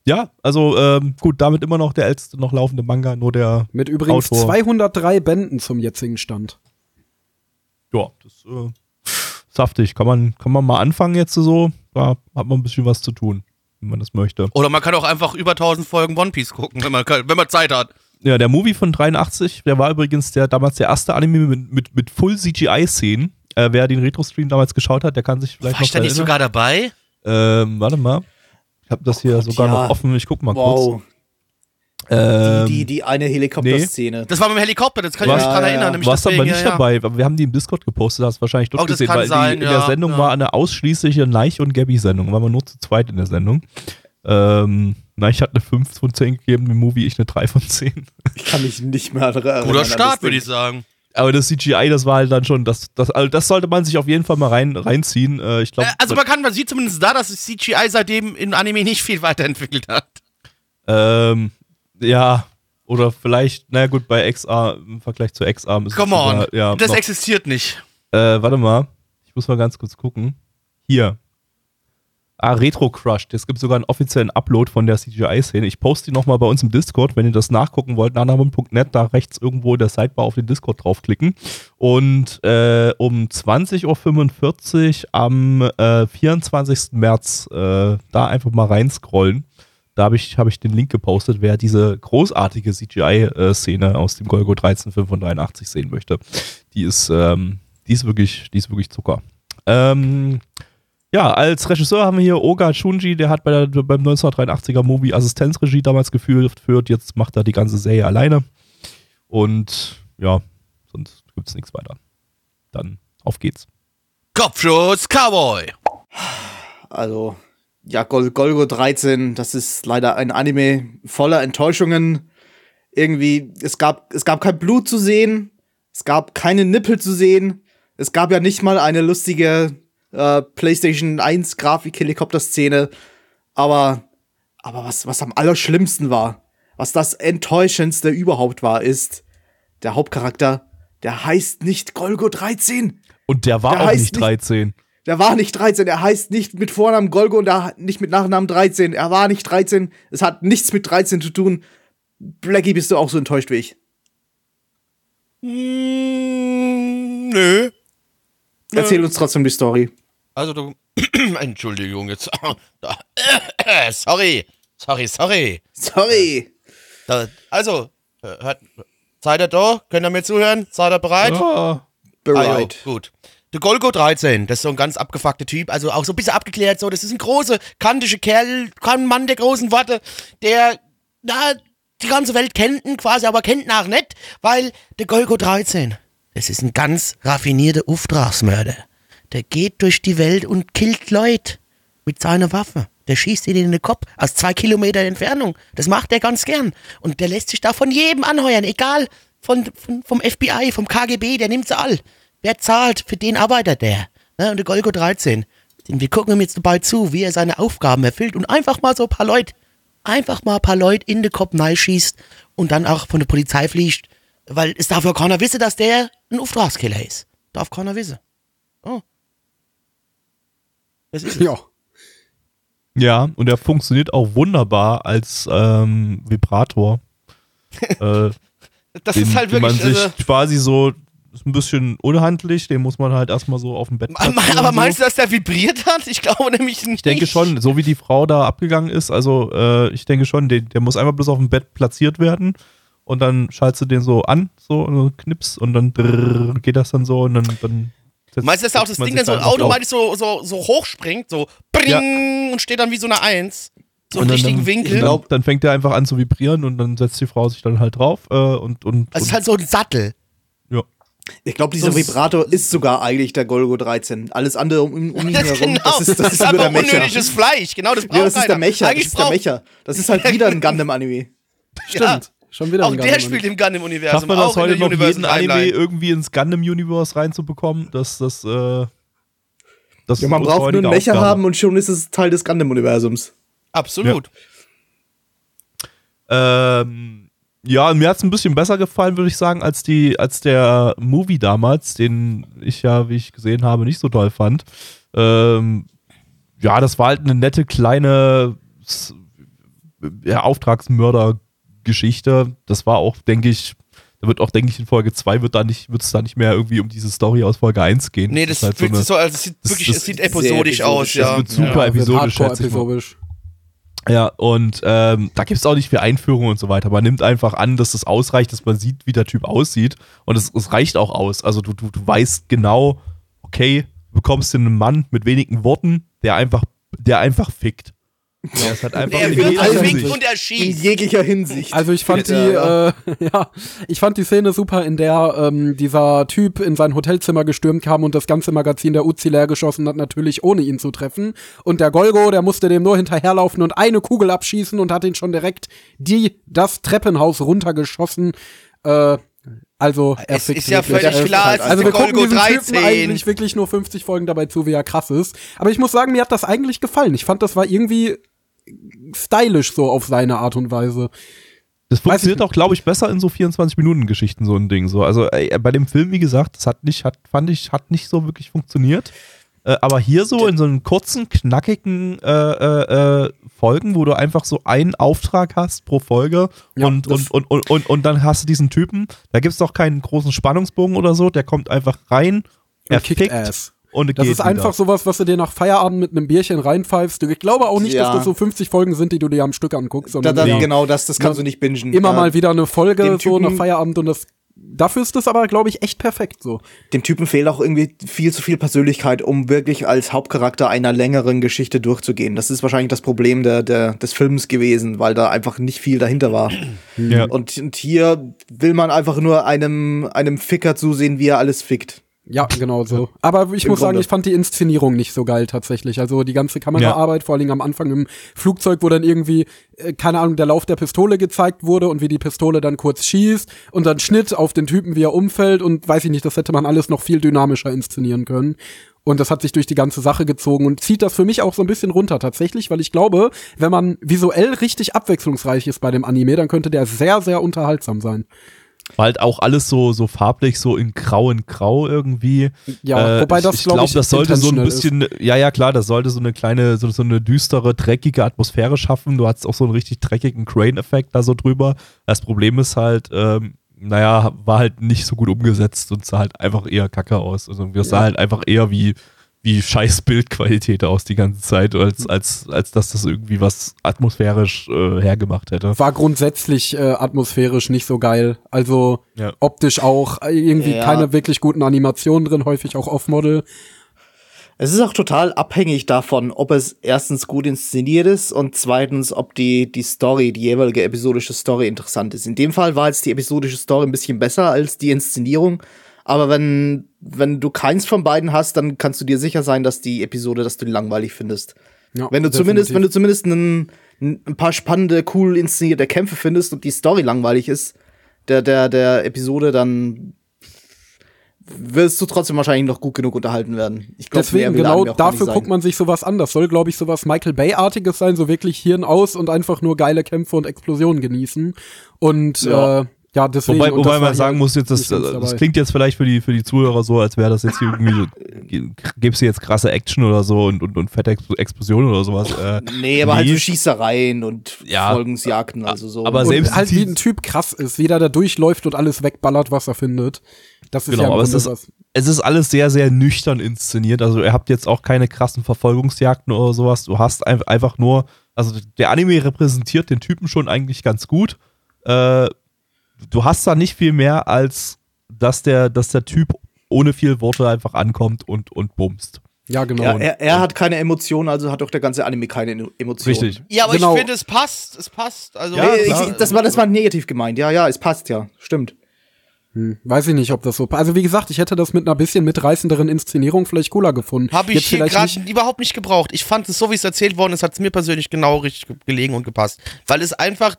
Ja, also gut, damit immer noch der älteste noch laufende Manga, nur der Mit übrigens Autor. 203 Bänden zum jetzigen Stand. Ja, das ist saftig. Kann man mal anfangen jetzt so. Da hat man ein bisschen was zu tun, wenn man das möchte. Oder man kann auch einfach über 1000 Folgen One Piece gucken, wenn man Zeit hat. Ja, der Movie von 83, der war übrigens damals der erste Anime mit Full CGI-Szenen. Wer den Retro-Stream damals geschaut hat, der kann sich vielleicht War ich da noch nicht sogar dabei? warte mal. Ich habe das hier Gott, sogar ja. noch offen. Ich guck mal Wow. kurz. Die eine Helikopterszene. Das war mit dem Helikopter, das kann ich mich Was? dran erinnern. Nämlich Warst aber deswegen, nicht ja. dabei. Wir haben die im Discord gepostet, hast wahrscheinlich dort Oh, das gesehen, kann weil sein, in der ja, Sendung ja. war eine ausschließliche Neich- und Gabby-Sendung. Waren wir nur zu zweit in der Sendung. Neich hat eine 5 von 10 gegeben, im Movie ich eine 3 von 10. Ich kann mich nicht mehr erinnern. Guter Start, würde ich sagen. Aber das CGI, das war halt dann schon, also das sollte man sich auf jeden Fall mal reinziehen. Ich glaube, Also man sieht zumindest da, dass das CGI seitdem in Anime nicht viel weiterentwickelt hat. ja, oder vielleicht, naja gut, bei XA, im Vergleich zu XA ist Come es on, sogar, ja, das noch, existiert nicht. warte mal, ich muss mal ganz kurz gucken. Hier. Retro Crushed. Es gibt sogar einen offiziellen Upload von der CGI-Szene. Ich poste die nochmal bei uns im Discord, wenn ihr das nachgucken wollt. nanamon.net, da rechts irgendwo in der Sidebar auf den Discord draufklicken. Und um 20:45 Uhr am 24. März da einfach mal reinscrollen. Da habe ich den Link gepostet, wer diese großartige CGI-Szene aus dem Golgo 1385 sehen möchte. Die ist wirklich Zucker. Ja, als Regisseur haben wir hier Oga Shunji, der hat beim 1983er Movie Assistenzregie damals geführt, jetzt macht er die ganze Serie alleine. Und ja, sonst gibt's nichts weiter. Dann auf geht's. Kopfschuss Cowboy. Also, ja, Golgo 13, das ist leider ein Anime voller Enttäuschungen. Irgendwie, es gab kein Blut zu sehen, es gab keine Nippel zu sehen, es gab ja nicht mal eine lustige PlayStation 1 Grafik-Helikopter-Szene. Aber was am allerschlimmsten war, was das Enttäuschendste überhaupt war, ist, der Hauptcharakter, der heißt nicht Golgo 13. Und der war auch nicht 13. Der war nicht 13, er heißt nicht mit Vornamen Golgo und nicht mit Nachnamen 13. Er war nicht 13, es hat nichts mit 13 zu tun. Blackie, bist du auch so enttäuscht wie ich? Nö. Erzähl uns trotzdem die Story. Also du, Entschuldigung, jetzt, sorry. Sorry. Also, seid ihr da? Könnt ihr mir zuhören? Seid ihr bereit? Ja. Bereit. Jo, gut. Der Golgo 13, das ist so ein ganz abgefuckter Typ, also auch so ein bisschen abgeklärt, so, das ist ein großer, kantischer Kerl, kein Mann der großen Worte, der, die ganze Welt kennt ihn quasi, aber kennt ihn auch nicht, weil der Golgo 13, das ist ein ganz raffinierter Auftragsmörder. Der geht durch die Welt und killt Leute mit seiner Waffe. Der schießt ihnen in den Kopf aus 2 Kilometer Entfernung. Das macht er ganz gern. Und der lässt sich da von jedem anheuern, egal vom FBI, vom KGB, der nimmt sie all. Wer zahlt, für den arbeitet der. Ne? Und der Golgo 13. Wir gucken ihm jetzt dabei zu, wie er seine Aufgaben erfüllt und einfach mal so ein paar Leute in den Kopf schießt und dann auch von der Polizei fliegt. Weil es darf ja keiner wissen, dass der ein Auftragskiller ist. Darf keiner wissen. Oh. Das ist es. Ja. Ja, und er funktioniert auch wunderbar als Vibrator. Das ist halt den man wirklich. sich quasi so, ist ein bisschen unhandlich, den muss man halt erstmal so auf dem Bett platzieren. Aber meinst du, dass der vibriert hat? Ich glaube nämlich nicht. Ich denke schon, so wie die Frau da abgegangen ist, also ich denke schon, der muss einmal bloß auf dem Bett platziert werden und dann schaltest du den so an, so und knips und dann geht das dann so und dann meinst du, dass da auch das Ding dann so automatisch so hochspringt, so bring und steht dann wie so eine 1? So im richtigen Winkel. Dann fängt der einfach an zu vibrieren und dann setzt die Frau sich dann halt drauf und es ist halt so ein Sattel. Ja. Ich glaube, dieser Vibrator ist sogar eigentlich der Golgo 13. Alles andere um ihn herum, Genau. das ist einfach nur der Mecher. unnötiges Fleisch. Genau, das braucht Ja, das ist der Mecher. Eigentlich Das ist der Mecher. Das ist halt wieder ein Gundam-Anime. Stimmt. Schon wieder Auch ein der Gundam. spielt im Gundam-Universum. Schafft man das auch in heute der noch, jeden Universal Anime Timeline. irgendwie ins Gundam-Universe reinzubekommen? Das Ja, ist man braucht nur einen eine Mecher Aufgabe. haben und schon ist es Teil des Gundam-Universums. Absolut. Ja, mir hat es ein bisschen besser gefallen, würde ich sagen, als der Movie damals, den ich ja, wie ich gesehen habe, nicht so toll fand. Ja, das war halt eine nette kleine Auftragsmörder-Geschichte. Das war auch, denke ich, da wird auch, denke ich, in Folge 2 wird es da nicht mehr irgendwie um diese Story aus Folge 1 gehen. Nee, das ist wirkt halt so, also es sieht wirklich, es sieht episodisch aus, ja. Das wird super episodisch, schätze ich mal. episodisch. Ja, und da gibt es auch nicht viel Einführung und so weiter. Man nimmt einfach an, dass das ausreicht, dass man sieht, wie der Typ aussieht. Und es reicht auch aus. Also du weißt genau, okay, du bekommst einen Mann mit wenigen Worten, der einfach fickt. Der ist halt einfach Er in wird jeder fickt Hinsicht. und er In schießt. jeglicher Hinsicht. Also ich fand ich fand die Szene super, in der dieser Typ in sein Hotelzimmer gestürmt kam und das ganze Magazin der Uzi leer geschossen hat, natürlich ohne ihn zu treffen. Und der Golgo, der musste dem nur hinterherlaufen und eine Kugel abschießen und hat ihn schon direkt das Treppenhaus runtergeschossen. Also er Es fickt ist ja wirklich. völlig klar, es Also ist wir der gucken Golgo diesem Typen 13. eigentlich wirklich nur 50 Folgen dabei zu, wie er krass ist. Aber ich muss sagen, mir hat das eigentlich gefallen. Ich fand, das war irgendwie stylisch so auf seine Art und Weise. Das funktioniert auch, glaube ich, besser in so 24-Minuten-Geschichten, so ein Ding. So. Also bei dem Film, wie gesagt, das hat nicht so wirklich funktioniert. Aber hier so in so einen kurzen, knackigen Folgen, wo du einfach so einen Auftrag hast pro Folge Ja, und dann hast du diesen Typen, da gibt es doch keinen großen Spannungsbogen oder so, der kommt einfach rein, er kickt fickt ass. und Das geht ist einfach wieder. sowas, was du dir nach Feierabend mit einem Bierchen reinpfeifst. Ich glaube auch nicht, Ja. dass das so 50 Folgen sind, die du dir am Stück anguckst, sondern immer, Genau, das kannst du nicht bingen. immer mal wieder eine Folge dem so nach Typen- Feierabend und dafür ist das aber, glaube ich, echt perfekt so. Dem Typen fehlt auch irgendwie viel zu viel Persönlichkeit, um wirklich als Hauptcharakter einer längeren Geschichte durchzugehen. Das ist wahrscheinlich das Problem des Films gewesen, weil da einfach nicht viel dahinter war. Ja. Und hier will man einfach nur einem Ficker zusehen, wie er alles fickt. Ja, genau so. Aber ich Im muss sagen, Grunde. ich fand die Inszenierung nicht so geil tatsächlich. Also die ganze Kameraarbeit, vor allem am Anfang im Flugzeug, wo dann irgendwie, keine Ahnung, der Lauf der Pistole gezeigt wurde und wie die Pistole dann kurz schießt und dann Schnitt auf den Typen, wie er umfällt und weiß ich nicht, das hätte man alles noch viel dynamischer inszenieren können. Und das hat sich durch die ganze Sache gezogen und zieht das für mich auch so ein bisschen runter tatsächlich, weil ich glaube, wenn man visuell richtig abwechslungsreich ist bei dem Anime, dann könnte der sehr, sehr unterhaltsam sein. War halt auch alles so farblich, so in grau irgendwie. Ja, wobei das, ich glaube glaube, das sollte so ein intentional bisschen, ja klar, das sollte so eine kleine, so eine düstere, dreckige Atmosphäre schaffen. Du hattest auch so einen richtig dreckigen Crane-Effekt da so drüber. Das Problem ist halt, war halt nicht so gut umgesetzt und sah halt einfach eher kacke aus. Also das sah halt einfach eher wie scheiß Bildqualität aus die ganze Zeit, als dass das irgendwie was atmosphärisch hergemacht hätte. War grundsätzlich atmosphärisch nicht so geil. Also Ja. optisch auch irgendwie Ja. keine wirklich guten Animationen drin, häufig auch Off-Model. Es ist auch total abhängig davon, ob es erstens gut inszeniert ist und zweitens, ob die Story, die jeweilige episodische Story interessant ist. In dem Fall war jetzt die episodische Story ein bisschen besser als die Inszenierung. Aber wenn du keins von beiden hast, dann kannst du dir sicher sein, dass die langweilig findest. Ja, Wenn du zumindest ein paar spannende, cool inszenierte Kämpfe findest und die Story langweilig ist, der Episode, dann wirst du trotzdem wahrscheinlich noch gut genug unterhalten werden. Ich glaub, Deswegen, mehr will genau Anime auch gar dafür nicht guckt sein. man sich sowas an. Das soll, glaube ich, sowas Michael Bay-artiges sein, so wirklich Hirn aus und einfach nur geile Kämpfe und Explosionen genießen. Und Ja. deswegen. Wobei und das man war sagen hier muss, jetzt nicht ganz das dabei. klingt jetzt vielleicht für die Zuhörer so, als wäre das jetzt hier irgendwie, gibst du jetzt krasse Action oder so und fette Explosionen oder sowas. Nee, aber halt so Schießereien und Ja. Folgensjagden, also so. Aber und selbst halt die- wie ein Typ krass ist, wie der da durchläuft und alles wegballert, was er findet. Das ist Genau, ja im aber Grunde was. es ist alles sehr, sehr nüchtern inszeniert. Also ihr habt jetzt auch keine krassen Verfolgungsjagden oder sowas. Du hast einfach nur, also der Anime repräsentiert den Typen schon eigentlich ganz gut. Du hast da nicht viel mehr, als dass der Typ ohne viel Worte einfach ankommt und bumst. Ja, genau. Ja, er hat keine Emotionen, also hat auch der ganze Anime keine Emotionen. Richtig. Ja, aber Genau. ich finde, es passt. Es passt. Also, Ja, Nee, klar. das war negativ gemeint. Ja, es passt ja. Stimmt. Weiß ich nicht, ob das so. Also wie gesagt, ich hätte das mit einer bisschen mitreißenderen Inszenierung vielleicht cooler gefunden. Habe ich Jetzt hier vielleicht gerade nicht. überhaupt nicht gebraucht. Ich fand es so, wie es erzählt worden ist, hat es mir persönlich genau richtig gelegen und gepasst. Weil es einfach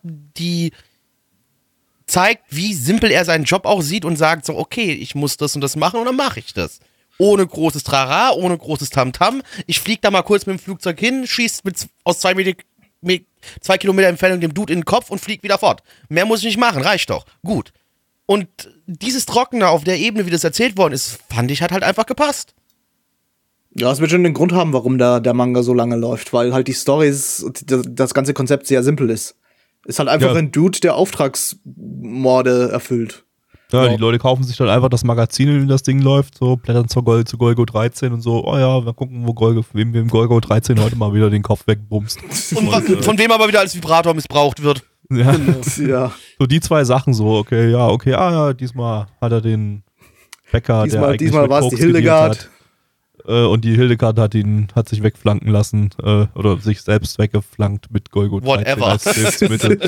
zeigt, wie simpel er seinen Job auch sieht und sagt so, okay, ich muss das und das machen und dann mache ich das. Ohne großes Trara, ohne großes Tamtam. Ich fliege da mal kurz mit dem Flugzeug hin, schieß aus 2 Kilometer Entfernung dem Dude in den Kopf und flieg wieder fort. Mehr muss ich nicht machen, reicht doch. Gut. Und dieses Trockene auf der Ebene, wie das erzählt worden ist, fand ich, hat halt einfach gepasst. Ja, es wird schon einen Grund haben, warum der Manga so lange läuft, weil halt die Storys und das ganze Konzept sehr simpel ist. Ist halt einfach ein Dude, der Auftragsmorde erfüllt. Ja, die Leute kaufen sich dann einfach das Magazin, in dem das Ding läuft, so blättern zu Golgo 13 und so, oh ja, wir gucken, wem Golgo 13 heute mal wieder den Kopf wegbumst. Und von wem aber wieder als Vibrator missbraucht wird. Ja. Ja. So die zwei Sachen so, okay, diesmal hat er den Bäcker, der eigentlich diesmal mit war es die Koks gedealt Hildegard. hat. Und die Hildegard hat sich wegflanken lassen, oder sich selbst weggeflankt mit Golgo 13 Whatever. als Hilfsmittel.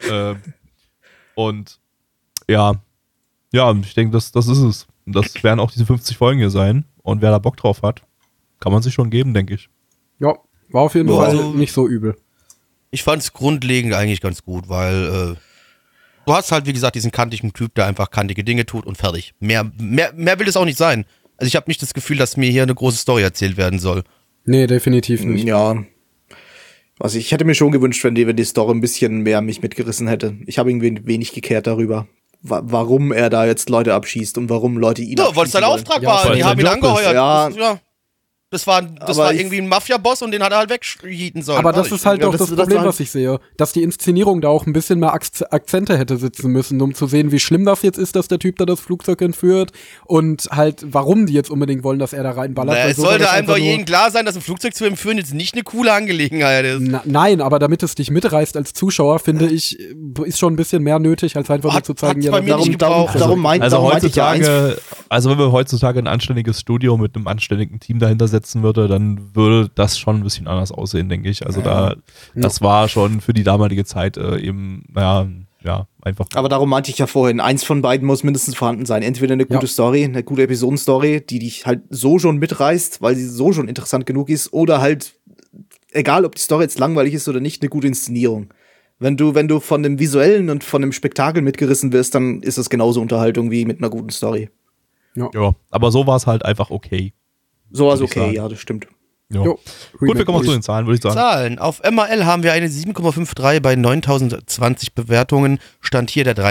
Und ja, ich denke, das ist es. Und das werden auch diese 50 Folgen hier sein. Und wer da Bock drauf hat, kann man sich schon geben, denke ich. Ja, war auf jeden Ja, Fall also- nicht so übel. Ich fand es grundlegend eigentlich ganz gut, weil du hast halt, wie gesagt, diesen kantigen Typ, der einfach kantige Dinge tut und fertig. Mehr will es auch nicht sein. Also ich habe nicht das Gefühl, dass mir hier eine große Story erzählt werden soll. Nee, definitiv nicht. Ja. Also ich hätte mir schon gewünscht, wenn die Story ein bisschen mehr mich mitgerissen hätte. Ich habe irgendwie wenig gekehrt darüber, warum er da jetzt Leute abschießt und warum Leute ihn Ja, weil es sein abschießen Auftrag Ja, war. weil Die es haben ihn sein Job ist. angeheuert. Ja. Das war Aber irgendwie ein Mafia-Boss und den hat er halt wegschießen sollen. Aber das ist halt ja, auch das- das Problem, das- was ich sehe. Dass die Inszenierung da auch ein bisschen mehr Akzente hätte sitzen müssen, um zu sehen, wie schlimm das jetzt ist, dass der Typ da das Flugzeug entführt und halt, warum die jetzt unbedingt wollen, dass er da reinballert. Naja, weil es so war sollte das einem einfach doch nur- jedem klar sein, dass ein Flugzeug zu entführen jetzt nicht eine coole Angelegenheit ist. Nein, aber damit es dich mitreißt als Zuschauer, finde ich, ist schon ein bisschen mehr nötig, als einfach nur Hat- zu zeigen, hat's bei mir nicht gebraucht. darum meinte ich ja eins. Also wenn wir heutzutage ein anständiges Studio mit einem anständigen Team dahinter setzen würde, dann würde das schon ein bisschen anders aussehen, denke ich. Also das war schon für die damalige Zeit eben, einfach. Aber darum meinte ich ja vorhin, eins von beiden muss mindestens vorhanden sein. Entweder eine gute Story, eine gute Episodenstory, die dich halt so schon mitreißt, weil sie so schon interessant genug ist, oder halt, egal ob die Story jetzt langweilig ist oder nicht, eine gute Inszenierung. Wenn du von dem Visuellen und von dem Spektakel mitgerissen wirst, dann ist das genauso Unterhaltung wie mit einer guten Story. Ja, aber so war es halt einfach okay. So was Würde ich okay, sagen. ja, das stimmt. Ja. Jo. Gut, wir kommen auch zu den Zahlen, würde ich sagen. Zahlen. Auf MRL haben wir eine 7,53 bei 9020 Bewertungen. Stand hier der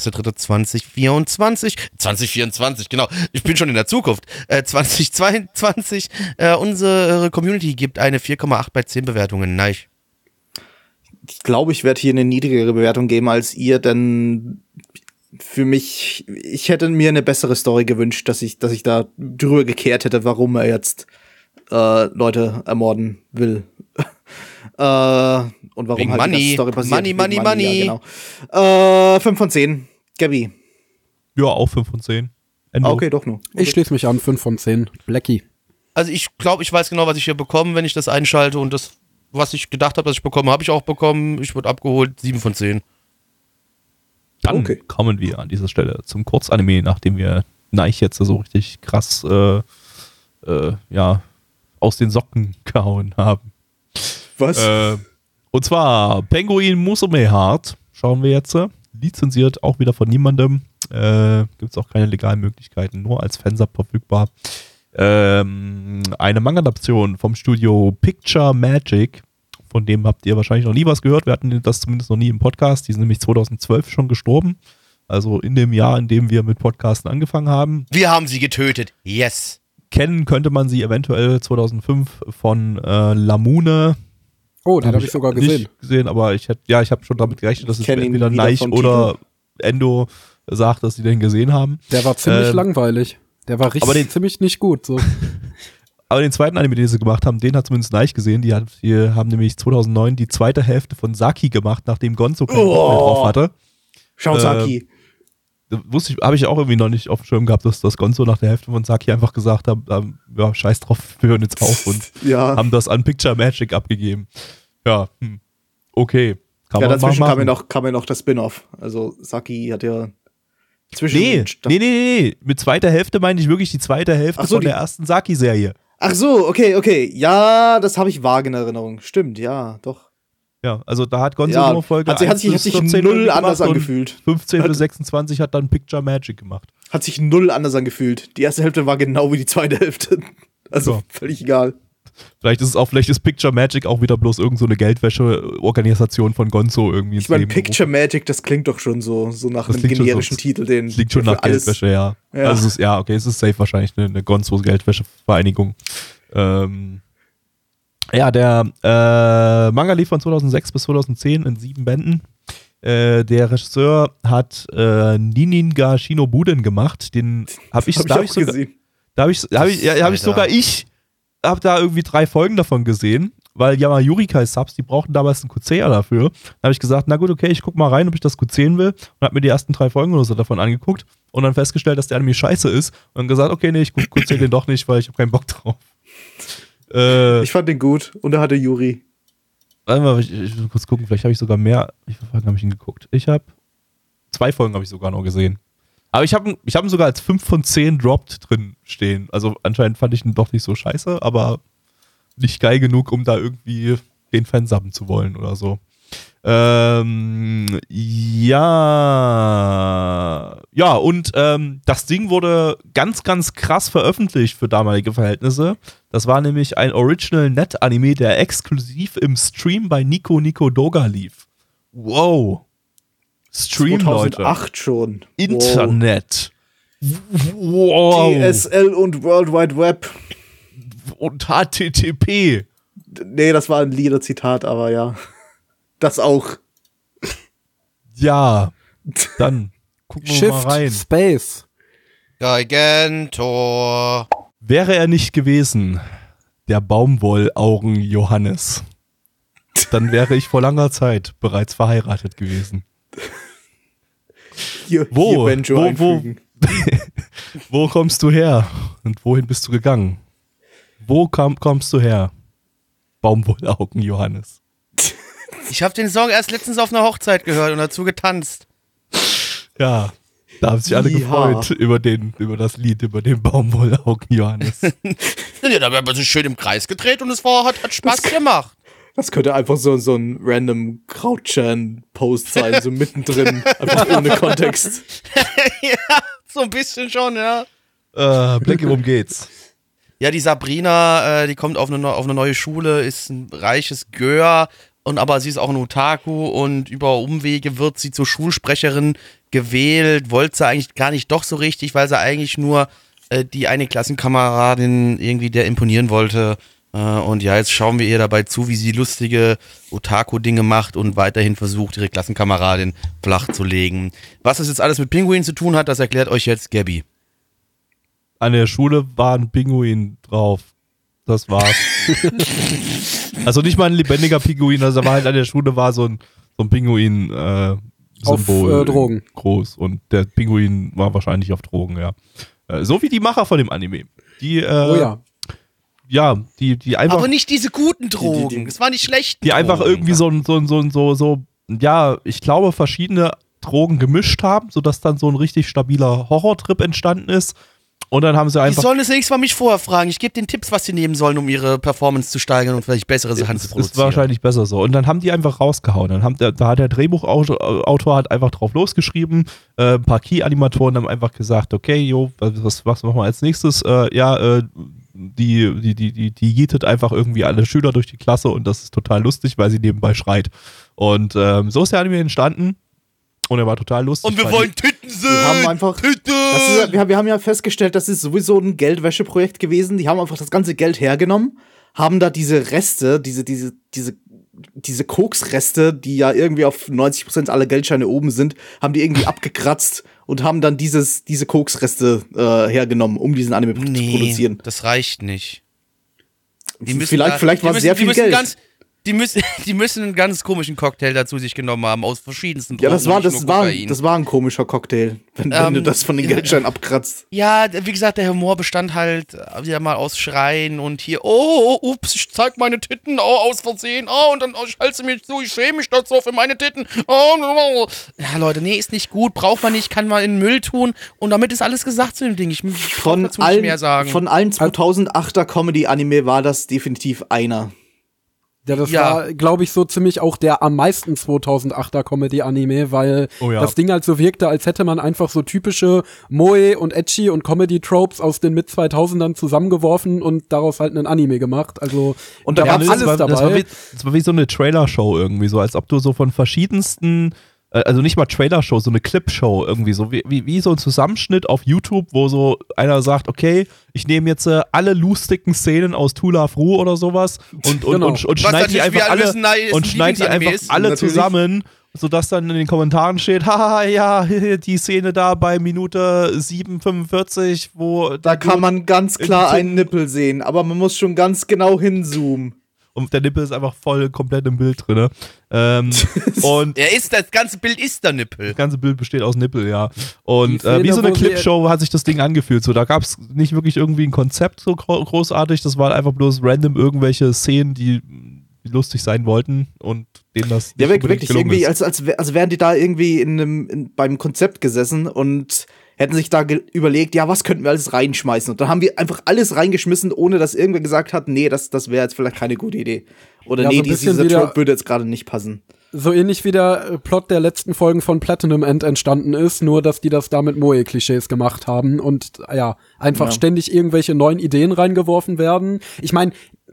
23.03.2024. 2024, genau. Ich bin schon in der Zukunft. 2022. Unsere Community gibt eine 4,8 bei 10 Bewertungen. Nice. Ich glaube, ich werde hier eine niedrigere Bewertung geben als ihr, denn für mich, ich hätte mir eine bessere Story gewünscht, dass ich da drüber gekehrt hätte, warum er jetzt Leute ermorden will. Und warum Wegen halt die ganze Money. Story passiert. Money. Ja, genau. 5 von 10. Gabi. Ja, auch 5 von 10. Endo. Okay, doch nur. Ich schließe mich an, 5 von 10. Blackie. Also ich glaube, ich weiß genau, was ich hier bekomme, wenn ich das einschalte. Und das, was ich gedacht habe, dass ich bekomme, habe ich auch bekommen. Ich wurde abgeholt. 7 von 10. Dann Okay. kommen wir an dieser Stelle zum Kurzanime, nachdem wir Neich jetzt so richtig krass aus den Socken gehauen haben. Was? Und zwar Penguin Musume Heart schauen wir jetzt. Lizenziert auch wieder von niemandem. Gibt es auch keine legalen Möglichkeiten, nur als Fansub verfügbar. Eine Manga-Adaption vom Studio Picture Magic. Von dem habt ihr wahrscheinlich noch nie was gehört. Wir hatten das zumindest noch nie im Podcast. Die sind nämlich 2012 schon gestorben. Also in dem Jahr, in dem wir mit Podcasten angefangen haben. Wir haben sie getötet. Yes. Kennen könnte man sie eventuell 2005 von Lamune. Oh, den habe ich sogar gesehen. Nicht gesehen, aber ich habe schon damit gerechnet, dass es kenn ihn entweder wieder Neich vom oder Endo sagt, dass sie den gesehen haben. Der war ziemlich Ähm, langweilig. Der war aber richtig ziemlich nicht gut. So. Aber den zweiten Anime, den sie gemacht haben, den hat zumindest Neich gesehen. Die haben nämlich 2009 die zweite Hälfte von Saki gemacht, nachdem Gonzo keinen Bock mehr drauf hatte. Schau, Saki. Habe ich auch irgendwie noch nicht auf dem Schirm gehabt, dass das Gonzo nach der Hälfte von Saki einfach gesagt hat, ja, scheiß drauf, wir hören jetzt auf und Ja. haben das an Picture Magic abgegeben. Ja, okay. Kann Ja, man dazwischen mal kam ja machen. noch das Spin-off. Also Saki hat ja zwischen. Nee. Mit zweiter Hälfte meine ich wirklich die zweite Hälfte Ach so, von der ersten Saki-Serie. Ach so, okay. Ja, das habe ich vage in Erinnerung. Stimmt, ja, doch. Ja, also da hat Gonzo Ja, nur Folge hat sich 1 bis 14 null gemacht anders und angefühlt. 15 bis 26 hat dann Picture Magic gemacht. Hat sich null anders angefühlt. Die erste Hälfte war genau wie die zweite Hälfte. Also Ja. völlig egal. Vielleicht ist Picture Magic auch wieder bloß irgend so eine Geldwäsche-Organisation von Gonzo irgendwie. Ich meine, Picture Magic, das klingt doch schon so nach Das einem klingt schon generischen so- Titel, den Klingt schon für nach Geldwäsche, ja. Ja. Also es ist safe wahrscheinlich eine Gonzo-Geldwäsche-Vereinigung. Ja, der Manga lief von 2006 bis 2010 in 7 Bänden. Der Regisseur hat Nininga Shinobuden gemacht. Den habe ich, Hab ich auch gesehen. Ich habe da irgendwie 3 Folgen davon gesehen, weil Yamayurikai Subs, die brauchten damals einen Q10er dafür. Da habe ich gesagt, na gut, okay, ich guck mal rein, ob ich das Q10 will, und habe mir die ersten 3 Folgen oder so davon angeguckt und dann festgestellt, dass der Anime scheiße ist und dann gesagt, okay, nee, ich Q10 den doch nicht, weil ich habe keinen Bock drauf. Ich fand den gut und er hatte Yuri. Warte mal, ich will kurz gucken, vielleicht habe ich sogar mehr. Wie viele Folgen habe ich ihn geguckt? 2 Folgen habe ich sogar noch gesehen. Aber ich hab ihn sogar als 5 von 10 dropped drin stehen. Also anscheinend fand ich ihn doch nicht so scheiße, aber nicht geil genug, um da irgendwie den Fan subben zu wollen oder so. Ja, und das Ding wurde ganz, ganz krass veröffentlicht für damalige Verhältnisse. Das war nämlich ein Original-Net-Anime, der exklusiv im Stream bei Nico Doga lief. Wow. Stream, 2008 Leute. schon. Internet. Wow. DSL und World Wide Web. Und HTTP. Nee, das war ein Liederzitat, aber ja. Das auch. Ja. Dann gucken wir mal rein. Space. Gigantor. Wäre er nicht gewesen, der Baumwollaugen Johannes, dann wäre ich vor langer Zeit bereits verheiratet gewesen. Hier Wo einfügen. Wo kommst du her und wohin bist du gegangen? Wo kommst du her? Baumwollaugen Johannes. Ich habe den Song erst letztens auf einer Hochzeit gehört und dazu getanzt. Ja, da haben sich alle gefreut über das Lied, über den Baumwollaugen Johannes. Ja, da haben wir so schön im Kreis gedreht und es hat Spaß gemacht. Das könnte einfach so ein random Krautchan-Post sein, so mittendrin, einfach ohne Kontext. Ja, so ein bisschen schon, ja. Blackie, worum geht's? Ja, die Sabrina, die kommt auf eine neue Schule, ist ein reiches Gör, aber sie ist auch ein Otaku und über Umwege wird sie zur Schulsprecherin gewählt, wollte sie eigentlich gar nicht doch so richtig, weil sie eigentlich nur die eine Klassenkameradin irgendwie der imponieren wollte. Und ja, jetzt schauen wir ihr dabei zu, wie sie lustige Otaku-Dinge macht und weiterhin versucht, ihre Klassenkameradin flach zu legen. Was das jetzt alles mit Pinguin zu tun hat, das erklärt euch jetzt Gabby. An der Schule war ein Pinguin drauf. Das war's. Also nicht mal ein lebendiger Pinguin, also da war halt an der Schule war so ein Pinguin Symbol auf Drogen. Groß und der Pinguin war wahrscheinlich auf Drogen, ja. So wie die Macher von dem Anime. Die, Oh ja. Ja, die einfach. Aber nicht diese guten Drogen. Es war nicht schlecht. Die einfach irgendwie so, ja, ich glaube, verschiedene Drogen gemischt haben, sodass dann so ein richtig stabiler Horrortrip entstanden ist. Und dann haben sie Die einfach. sollen es nächstes Mal mich vorher fragen. Ich gebe den Tipps, was sie nehmen sollen, um ihre Performance zu steigern und vielleicht bessere Sachen zu produzieren. Ist wahrscheinlich besser so. Und dann haben die einfach rausgehauen. Da hat der Drehbuchautor hat einfach drauf losgeschrieben. Ein paar Key-Animatoren haben einfach gesagt, okay, jo, was machen wir als nächstes? Die jietet einfach irgendwie alle Schüler durch die Klasse und das ist total lustig, weil sie nebenbei schreit. Und so ist der Anime entstanden. Und er war total lustig. Und wir wollen Titten sehen! Wir haben einfach. Titten! Wir haben ja festgestellt, das ist sowieso ein Geldwäscheprojekt gewesen. Die haben einfach das ganze Geld hergenommen, haben da diese Reste, diese Koksreste, die ja irgendwie auf 90% aller Geldscheine oben sind, haben die irgendwie abgekratzt und haben dann diese Koksreste hergenommen, um diesen Anime zu produzieren. Das reicht nicht. Vielleicht war es sehr viel Geld. Die müssen einen ganz komischen Cocktail dazu sich genommen haben, aus verschiedensten Ja, Drogen. das war ein komischer Cocktail, wenn du das von den Geldscheinen abkratzt. Ja, wie gesagt, der Humor bestand halt wieder mal aus Schreien und hier, ups, ich zeig meine Titten, aus Versehen, und dann ich halte mir zu, ich schäme mich dazu für meine Titten. Ja, Leute, nee, ist nicht gut, braucht man nicht, kann man in den Müll tun und damit ist alles gesagt zu dem Ding. Ich kann dazu nicht mehr sagen. Von allen 2008er Comedy-Anime war das definitiv einer. Ja, das war, glaube ich, so ziemlich auch der am meisten 2008er Comedy-Anime, weil das Ding halt so wirkte, als hätte man einfach so typische Moe und Ecchi und Comedy-Tropes aus den Mid-2000ern zusammengeworfen und daraus halt einen Anime gemacht. Also, und da gab alles dabei. Das war wie so eine Trailer-Show irgendwie, so als ob du so von verschiedensten also nicht mal Trailer-Show, so eine Clip-Show irgendwie, so wie so ein Zusammenschnitt auf YouTube, wo so einer sagt, okay, ich nehme jetzt alle lustigen Szenen aus Tula Fru oder sowas und schneide die einfach alle zusammen, sodass dann in den Kommentaren steht, haha, ja, die Szene da bei Minute 7:45, wo da kann man ganz klar einen Nippel sehen, aber man muss schon ganz genau hinzoomen. Und der Nippel ist einfach voll komplett im Bild drin. Und das ganze Bild ist der Nippel. Das ganze Bild besteht aus Nippel, ja. Und wie so eine Clipshow hat sich das Ding angefühlt. So, da gab es nicht wirklich irgendwie ein Konzept so großartig. Das waren einfach bloß random irgendwelche Szenen, die lustig sein wollten und denen das nicht wirklich irgendwie, ist. als wären die da irgendwie beim Konzept gesessen und hätten sich da überlegt, ja, was könnten wir alles reinschmeißen? Und dann haben wir einfach alles reingeschmissen, ohne dass irgendwer gesagt hat, nee, das wäre jetzt vielleicht keine gute Idee. Oder ja, nee, dieser Trope würde jetzt gerade nicht passen. So ähnlich wie der Plot der letzten Folgen von Platinum End entstanden ist, nur dass die das da mit Moe-Klischees gemacht haben und ja, einfach ständig irgendwelche neuen Ideen reingeworfen werden. Ich meine,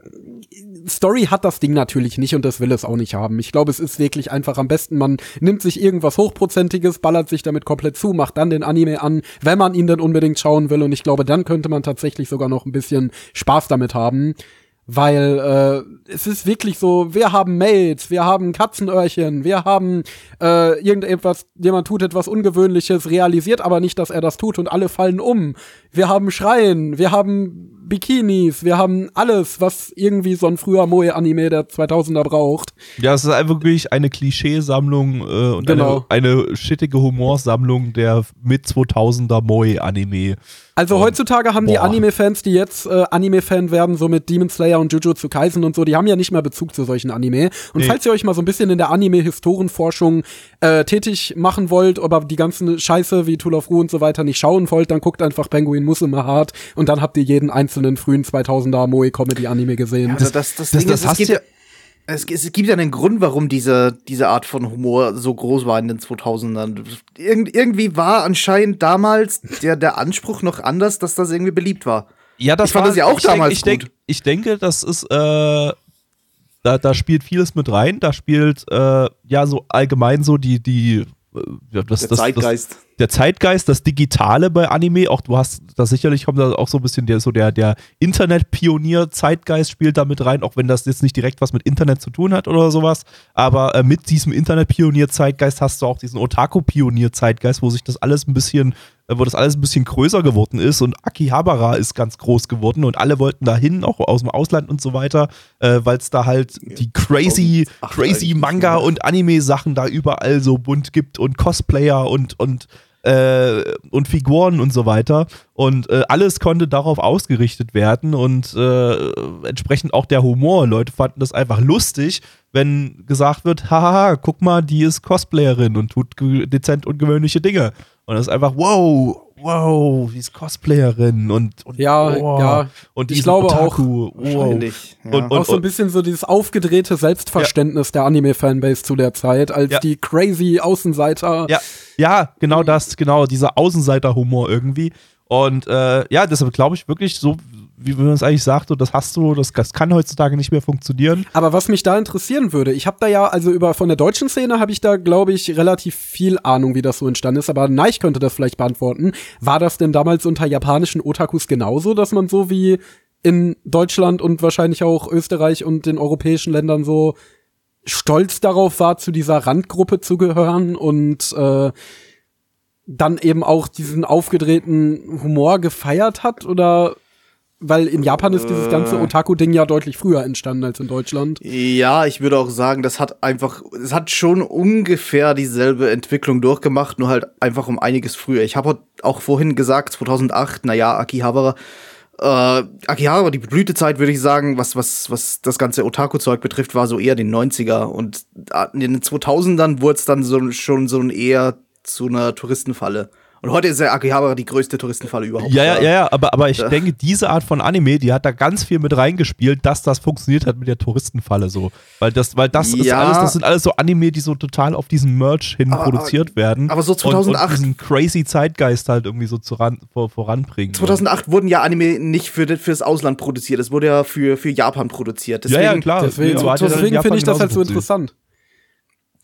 Story hat das Ding natürlich nicht und das will es auch nicht haben. Ich glaube, es ist wirklich einfach am besten, man nimmt sich irgendwas Hochprozentiges, ballert sich damit komplett zu, macht dann den Anime an, wenn man ihn dann unbedingt schauen will und ich glaube, dann könnte man tatsächlich sogar noch ein bisschen Spaß damit haben. Weil es ist wirklich so, wir haben Mails, wir haben Katzenöhrchen, wir haben irgendetwas, jemand tut etwas Ungewöhnliches, realisiert aber nicht, dass er das tut und alle fallen um. Wir haben Schreien, wir haben Bikinis, wir haben alles, was irgendwie so ein früher Moe-Anime der 2000er braucht. Ja, es ist einfach wirklich eine Klischeesammlung und eine shittige Humorsammlung der mit 2000er Moe-Anime. Also heutzutage haben die Anime-Fans, die jetzt Anime-Fan werden, so mit Demon Slayer und Jujutsu Kaisen und so, die haben ja nicht mehr Bezug zu solchen Anime. Und falls ihr euch mal so ein bisschen in der Anime-Historienforschung tätig machen wollt, aber die ganzen Scheiße wie Tool of Ru und so weiter nicht schauen wollt, dann guckt einfach Penguin Musume Hard und dann habt ihr jeden einzelnen frühen 2000er Moe-Comedy-Anime gesehen. Ja, also es gibt ja einen Grund, warum diese Art von Humor so groß war in den 2000ern. Irgendwie war anscheinend damals der Anspruch noch anders, dass das irgendwie beliebt war. Ja, das ich fand das ja auch damals gut. Ich denke, das ist da spielt vieles mit rein. Da spielt ja so allgemein so der Zeitgeist. Der Zeitgeist, das Digitale bei Anime, auch du hast da sicherlich kommt da auch so ein bisschen der Internet-Pionier-Zeitgeist spielt da mit rein, auch wenn das jetzt nicht direkt was mit Internet zu tun hat oder sowas, aber mit diesem Internet-Pionier-Zeitgeist hast du auch diesen Otaku-Pionier-Zeitgeist, wo das alles ein bisschen größer geworden ist und Akihabara ist ganz groß geworden und alle wollten da hin, auch aus dem Ausland und so weiter, weil es da halt die crazy Manga- und Anime-Sachen da überall so bunt gibt und Cosplayer und Figuren und so weiter und alles konnte darauf ausgerichtet werden und entsprechend auch der Humor. Leute fanden das einfach lustig, wenn gesagt wird, haha, guck mal, die ist Cosplayerin und tut dezent ungewöhnliche Dinge. Und das ist einfach, wow, die ist Cosplayerin und und die ich glaube Otaku, auch wahrscheinlich. Ja. Und auch so ein bisschen so dieses aufgedrehte Selbstverständnis der Anime-Fanbase zu der Zeit, als die crazy Außenseiter. Ja, genau dieser Außenseiter-Humor irgendwie. Und deshalb glaube ich wirklich so, wie man es eigentlich sagt, das kann heutzutage nicht mehr funktionieren. Aber was mich da interessieren würde, ich habe da ja, also von der deutschen Szene habe ich da, glaube ich, relativ viel Ahnung, wie das so entstanden ist, aber Neich könnte das vielleicht beantworten. War das denn damals unter japanischen Otakus genauso, dass man so wie in Deutschland und wahrscheinlich auch Österreich und den europäischen Ländern so stolz darauf war, zu dieser Randgruppe zu gehören und dann eben auch diesen aufgedrehten Humor gefeiert hat? Oder weil in Japan ist dieses ganze Otaku-Ding ja deutlich früher entstanden als in Deutschland. Ja, ich würde auch sagen, es hat schon ungefähr dieselbe Entwicklung durchgemacht, nur halt einfach um einiges früher. Ich habe auch vorhin gesagt, 2008, Akihabara, die Blütezeit, würde ich sagen, was das ganze Otaku-Zeug betrifft, war so eher den 90er. Und in den 2000ern wurde es dann schon so eher zu einer Touristenfalle. Und heute ist ja Akihabara die größte Touristenfalle überhaupt. Ja, aber ich denke, diese Art von Anime, die hat da ganz viel mit reingespielt, dass das funktioniert hat mit der Touristenfalle so. Weil das sind alles so Anime, die so total auf diesen Merch hin produziert werden. Aber so 2008. Und diesen crazy Zeitgeist halt irgendwie so voranbringen. 2008 wurden ja Anime nicht fürs Ausland produziert, es wurde ja für Japan produziert. Deswegen, klar. Deswegen finde ich das halt so interessant.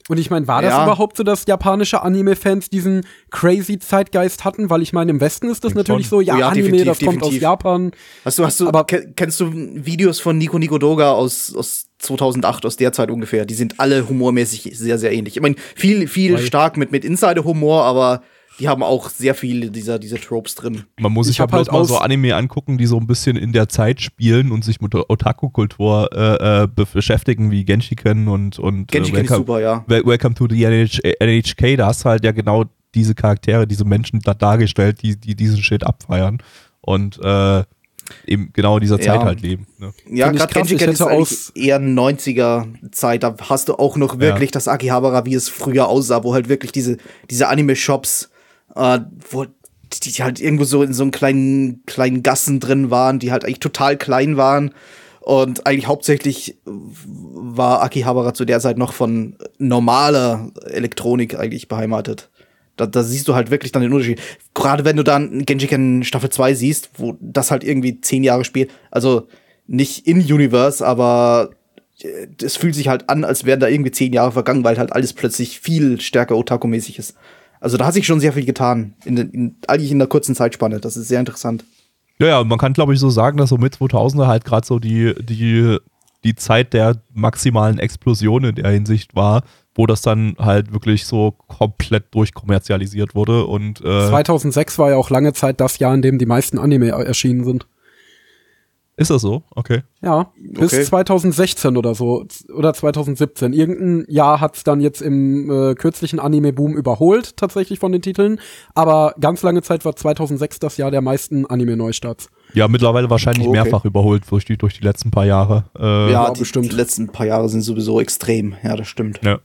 Und ich meine, war das überhaupt so, dass japanische Anime-Fans diesen crazy Zeitgeist hatten? Weil ich meine, im Westen ist das natürlich so, Anime, definitiv, das kommt aus Japan. Aber kennst du Videos von Nico Nico Doga aus 2008, aus der Zeit ungefähr? Die sind alle humormäßig sehr, sehr ähnlich. Ich meine, viel stark mit Insider-Humor, aber die haben auch sehr viele dieser Tropes drin. Man muss sich halt bloß mal so Anime angucken, die so ein bisschen in der Zeit spielen und sich mit Otaku-Kultur beschäftigen, wie Genshiken und Genshiken ist super, ja. Welcome to the NHK, da hast du halt ja genau diese Charaktere, diese Menschen da dargestellt, die diesen Shit abfeiern und eben genau in dieser Zeit halt leben. Ne? Ja, gerade Genshiken ist eigentlich eher 90er-Zeit, da hast du auch noch wirklich das Akihabara, wie es früher aussah, wo halt wirklich diese Anime-Shops wo die halt irgendwo so in so einen kleinen Gassen drin waren, die halt eigentlich total klein waren und eigentlich hauptsächlich war Akihabara zu der Zeit noch von normaler Elektronik eigentlich beheimatet. Da siehst du halt wirklich dann den Unterschied. Gerade wenn du dann Genshiken Staffel 2 siehst, wo das halt irgendwie 10 Jahre spielt, also nicht in Universe, aber es fühlt sich halt an, als wären da irgendwie 10 Jahre vergangen, weil halt alles plötzlich viel stärker Otaku-mäßig ist. Also da hat sich schon sehr viel getan, eigentlich in der kurzen Zeitspanne. Das ist sehr interessant. Ja, man kann, glaube ich, so sagen, dass so mit 2000er halt gerade so die Zeit der maximalen Explosion in der Hinsicht war, wo das dann halt wirklich so komplett durchkommerzialisiert wurde. Und 2006 war ja auch lange Zeit das Jahr, in dem die meisten Anime erschienen sind. Ist das so? Okay. Ja, bis 2016 oder so. Oder 2017. Irgendein Jahr hat's dann jetzt im kürzlichen Anime-Boom überholt, tatsächlich von den Titeln. Aber ganz lange Zeit war 2006 das Jahr der meisten Anime-Neustarts. Ja, mittlerweile wahrscheinlich mehrfach überholt durch die letzten paar Jahre. Bestimmt. Die letzten paar Jahre sind sowieso extrem. Ja, das stimmt. Ja.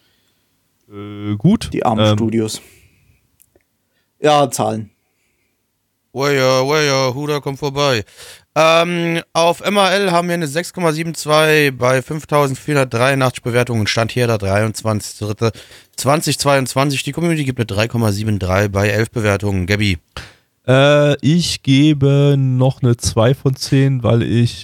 Gut. Die armen Studios. Ja, Zahlen. Huda kommt vorbei. Auf MRL haben wir eine 6,72 bei 5.483 Bewertungen. Stand hier der 23.03.2022. Die Community gibt eine 3,73 bei 11 Bewertungen. Gabby? Ich gebe noch eine 2 von 10, weil ich,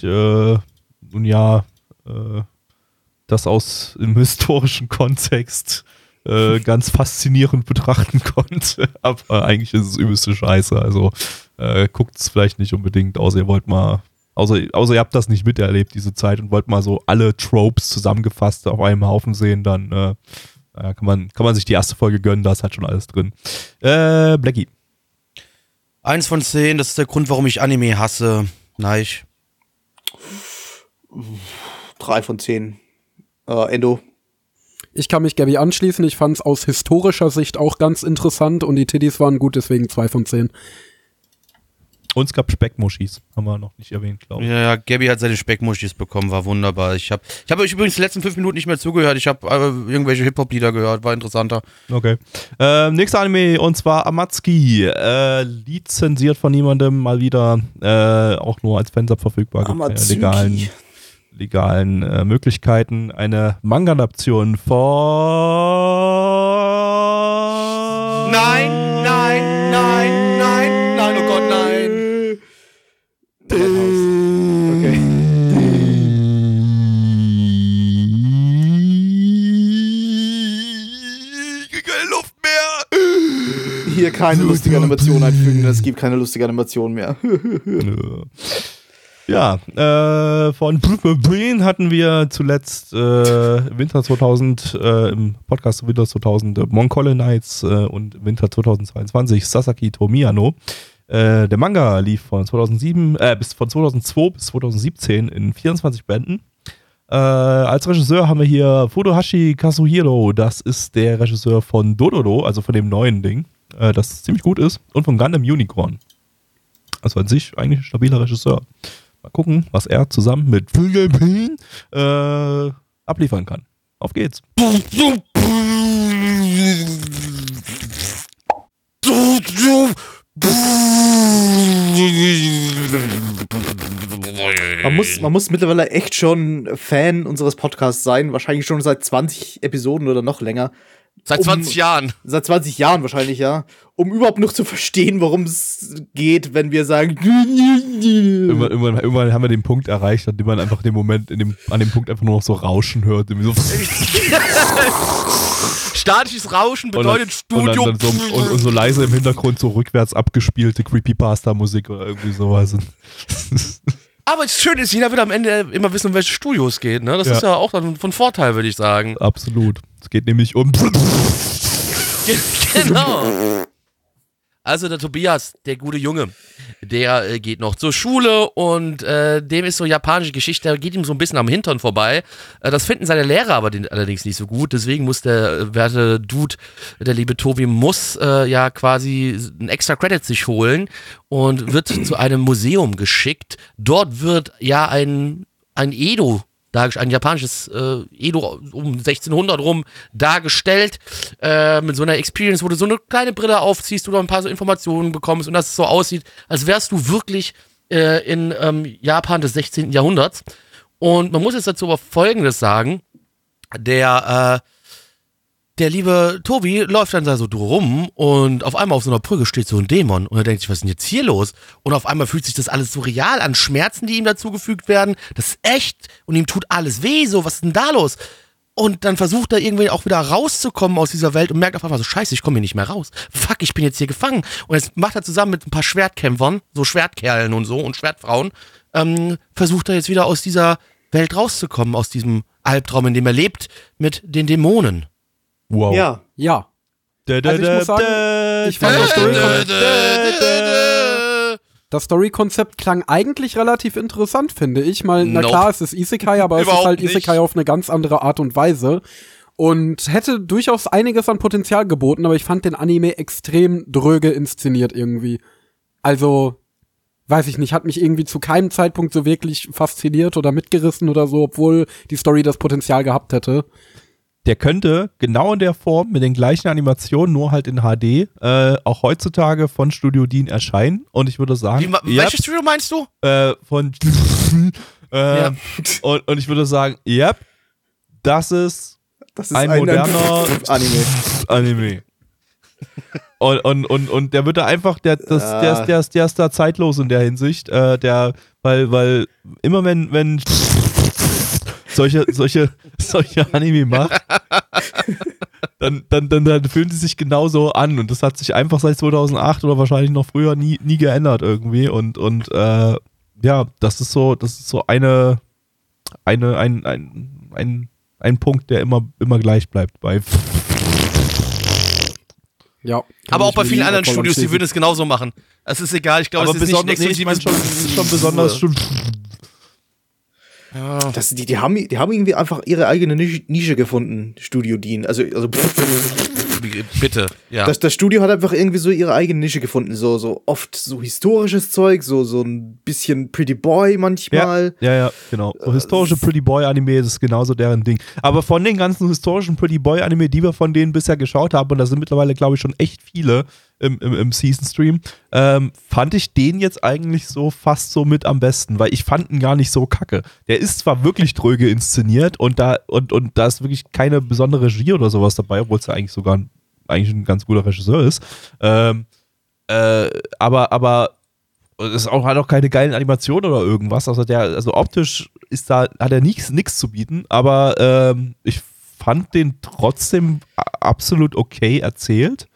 das aus im historischen Kontext ganz faszinierend betrachten konnte. Aber eigentlich ist es übelste Scheiße. Also guckt es vielleicht nicht unbedingt, außer ihr wollt mal, außer ihr habt das nicht miterlebt, diese Zeit, und wollt mal so alle Tropes zusammengefasst auf einem Haufen sehen, dann kann man sich die erste Folge gönnen, da ist halt schon alles drin. Blackie. 1 von 10, das ist der Grund, warum ich Anime hasse. Neich. 3 von 10. Endo. Ich kann mich Gabby anschließen. Ich fand es aus historischer Sicht auch ganz interessant und die Tiddies waren gut, deswegen 2 von 10. Und es gab Speckmuschis, haben wir noch nicht erwähnt, glaube ich. Ja, Gabby hat seine Speckmuschis bekommen, war wunderbar. Ich hab euch übrigens die letzten 5 Minuten nicht mehr zugehört. Ich habe irgendwelche Hip-Hop-Lieder gehört, war interessanter. Okay. Nächster Anime, und zwar Amatsuki. Lizenziert von niemandem, mal wieder. Auch nur als Fansub verfügbar. Legalen Möglichkeiten. Eine Manga-Adaption von... Nein, oh Gott, nein. Okay. Ich krieg keine Luft mehr. Hier keine lustige Animation einfügen, es gibt keine lustige Animation mehr. Ja, von Brain hatten wir zuletzt im Winter 2000, im Podcast Winter 2000 Mongolle Knights und im Winter 2022 Sasaki Tomiyano. Der Manga lief von 2002 bis 2017 in 24 Bänden. Als Regisseur haben wir hier Furuhashi Kazuhiro. Das ist der Regisseur von Dororo, also von dem neuen Ding, das ziemlich gut ist, und von Gundam Unicorn. Also an sich eigentlich ein stabiler Regisseur. Mal gucken, was er zusammen mit abliefern kann. Auf geht's. Man muss mittlerweile echt schon Fan unseres Podcasts sein, wahrscheinlich schon seit 20 Episoden oder noch länger. Seit 20 Jahren. Seit 20 Jahren wahrscheinlich, ja. Um überhaupt noch zu verstehen, worum es geht, wenn wir sagen. Irgendwann haben wir den Punkt erreicht, an dem man einfach an dem Punkt einfach nur noch so Rauschen hört. So Statisches Rauschen bedeutet Studio. Und so leise im Hintergrund so rückwärts abgespielte Creepypasta-Musik oder irgendwie sowas. Aber das Schöne ist, jeder wird am Ende immer wissen, um welche Studios es geht. Ne? Das ist ja auch dann von Vorteil, würde ich sagen. Absolut. Es geht nämlich um... Genau. Also der Tobias, der gute Junge, der geht noch zur Schule und dem ist so japanische Geschichte, der geht ihm so ein bisschen am Hintern vorbei. Das finden seine Lehrer aber allerdings nicht so gut, deswegen muss der werte Dude, der liebe Tobi, muss ja quasi einen extra Credit sich holen und wird zu einem Museum geschickt. Dort wird ja ein Edo, ein japanisches Edo um 1600 rum dargestellt, mit so einer Experience, wo du so eine kleine Brille aufziehst, wo du ein paar so Informationen bekommst und dass es so aussieht, als wärst du wirklich in Japan des 16. Jahrhunderts. Und man muss jetzt dazu aber Folgendes sagen, der liebe Tobi läuft dann da so rum und auf einmal auf so einer Brücke steht so ein Dämon und er denkt sich, was ist denn jetzt hier los? Und auf einmal fühlt sich das alles so real an, Schmerzen, die ihm dazugefügt werden, das ist echt und ihm tut alles weh, so, was ist denn da los? Und dann versucht er irgendwie auch wieder rauszukommen aus dieser Welt und merkt auf einmal so, scheiße, ich komme hier nicht mehr raus. Fuck, ich bin jetzt hier gefangen. Und jetzt macht er zusammen mit ein paar Schwertkämpfern, so Schwertkerlen und so und Schwertfrauen, versucht er jetzt wieder aus dieser Welt rauszukommen, aus diesem Albtraum, in dem er lebt, mit den Dämonen. Wow. Ja. Ja. Also ich muss sagen, ich fand das Story-Konzept klang eigentlich relativ interessant, finde ich. Na klar, es ist Isekai, aber es ist halt Isekai auf eine ganz andere Art und Weise. Und hätte durchaus einiges an Potenzial geboten, aber ich fand den Anime extrem dröge inszeniert irgendwie. Also, weiß ich nicht, hat mich irgendwie zu keinem Zeitpunkt so wirklich fasziniert oder mitgerissen oder so, obwohl die Story das Potenzial gehabt hätte. Der könnte genau in der Form mit den gleichen Animationen, nur halt in HD, auch heutzutage von Studio Dean erscheinen. Und ich würde sagen... Welches Studio meinst du? Von... und ich würde sagen, das ist ein moderner Anime. Und der wird da einfach, der ist da zeitlos in der Hinsicht, weil immer wenn solche Anime macht, dann fühlen sie sich genauso an und das hat sich einfach seit 2008 oder wahrscheinlich noch früher nie geändert irgendwie und das ist so ein Punkt, der immer gleich bleibt bei ja. Aber auch bei vielen anderen Studios, die würden es genauso machen. Es ist egal, ich glaube, es ist nicht exklusiv. Schon besonders schon. Ja. Die haben irgendwie einfach ihre eigene Nische gefunden, Studio Dean. Also bitte, ja. Das Studio hat einfach irgendwie so ihre eigene Nische gefunden. So oft so historisches Zeug, so ein bisschen Pretty Boy manchmal. Ja, genau. So historische Pretty Boy Anime, das ist genauso deren Ding. Aber von den ganzen historischen Pretty Boy Anime, die wir von denen bisher geschaut haben, und da sind mittlerweile, glaube ich, schon echt viele im Season-Stream, fand ich den jetzt eigentlich so fast so mit am besten, weil ich fand ihn gar nicht so kacke. Der ist zwar wirklich dröge inszeniert und da ist wirklich keine besondere Regie oder sowas dabei, obwohl es ja eigentlich sogar eigentlich ein ganz guter Regisseur ist. Aber es hat auch keine geilen Animationen oder irgendwas. Also optisch hat er nichts zu bieten, aber ich fand den trotzdem absolut okay erzählt.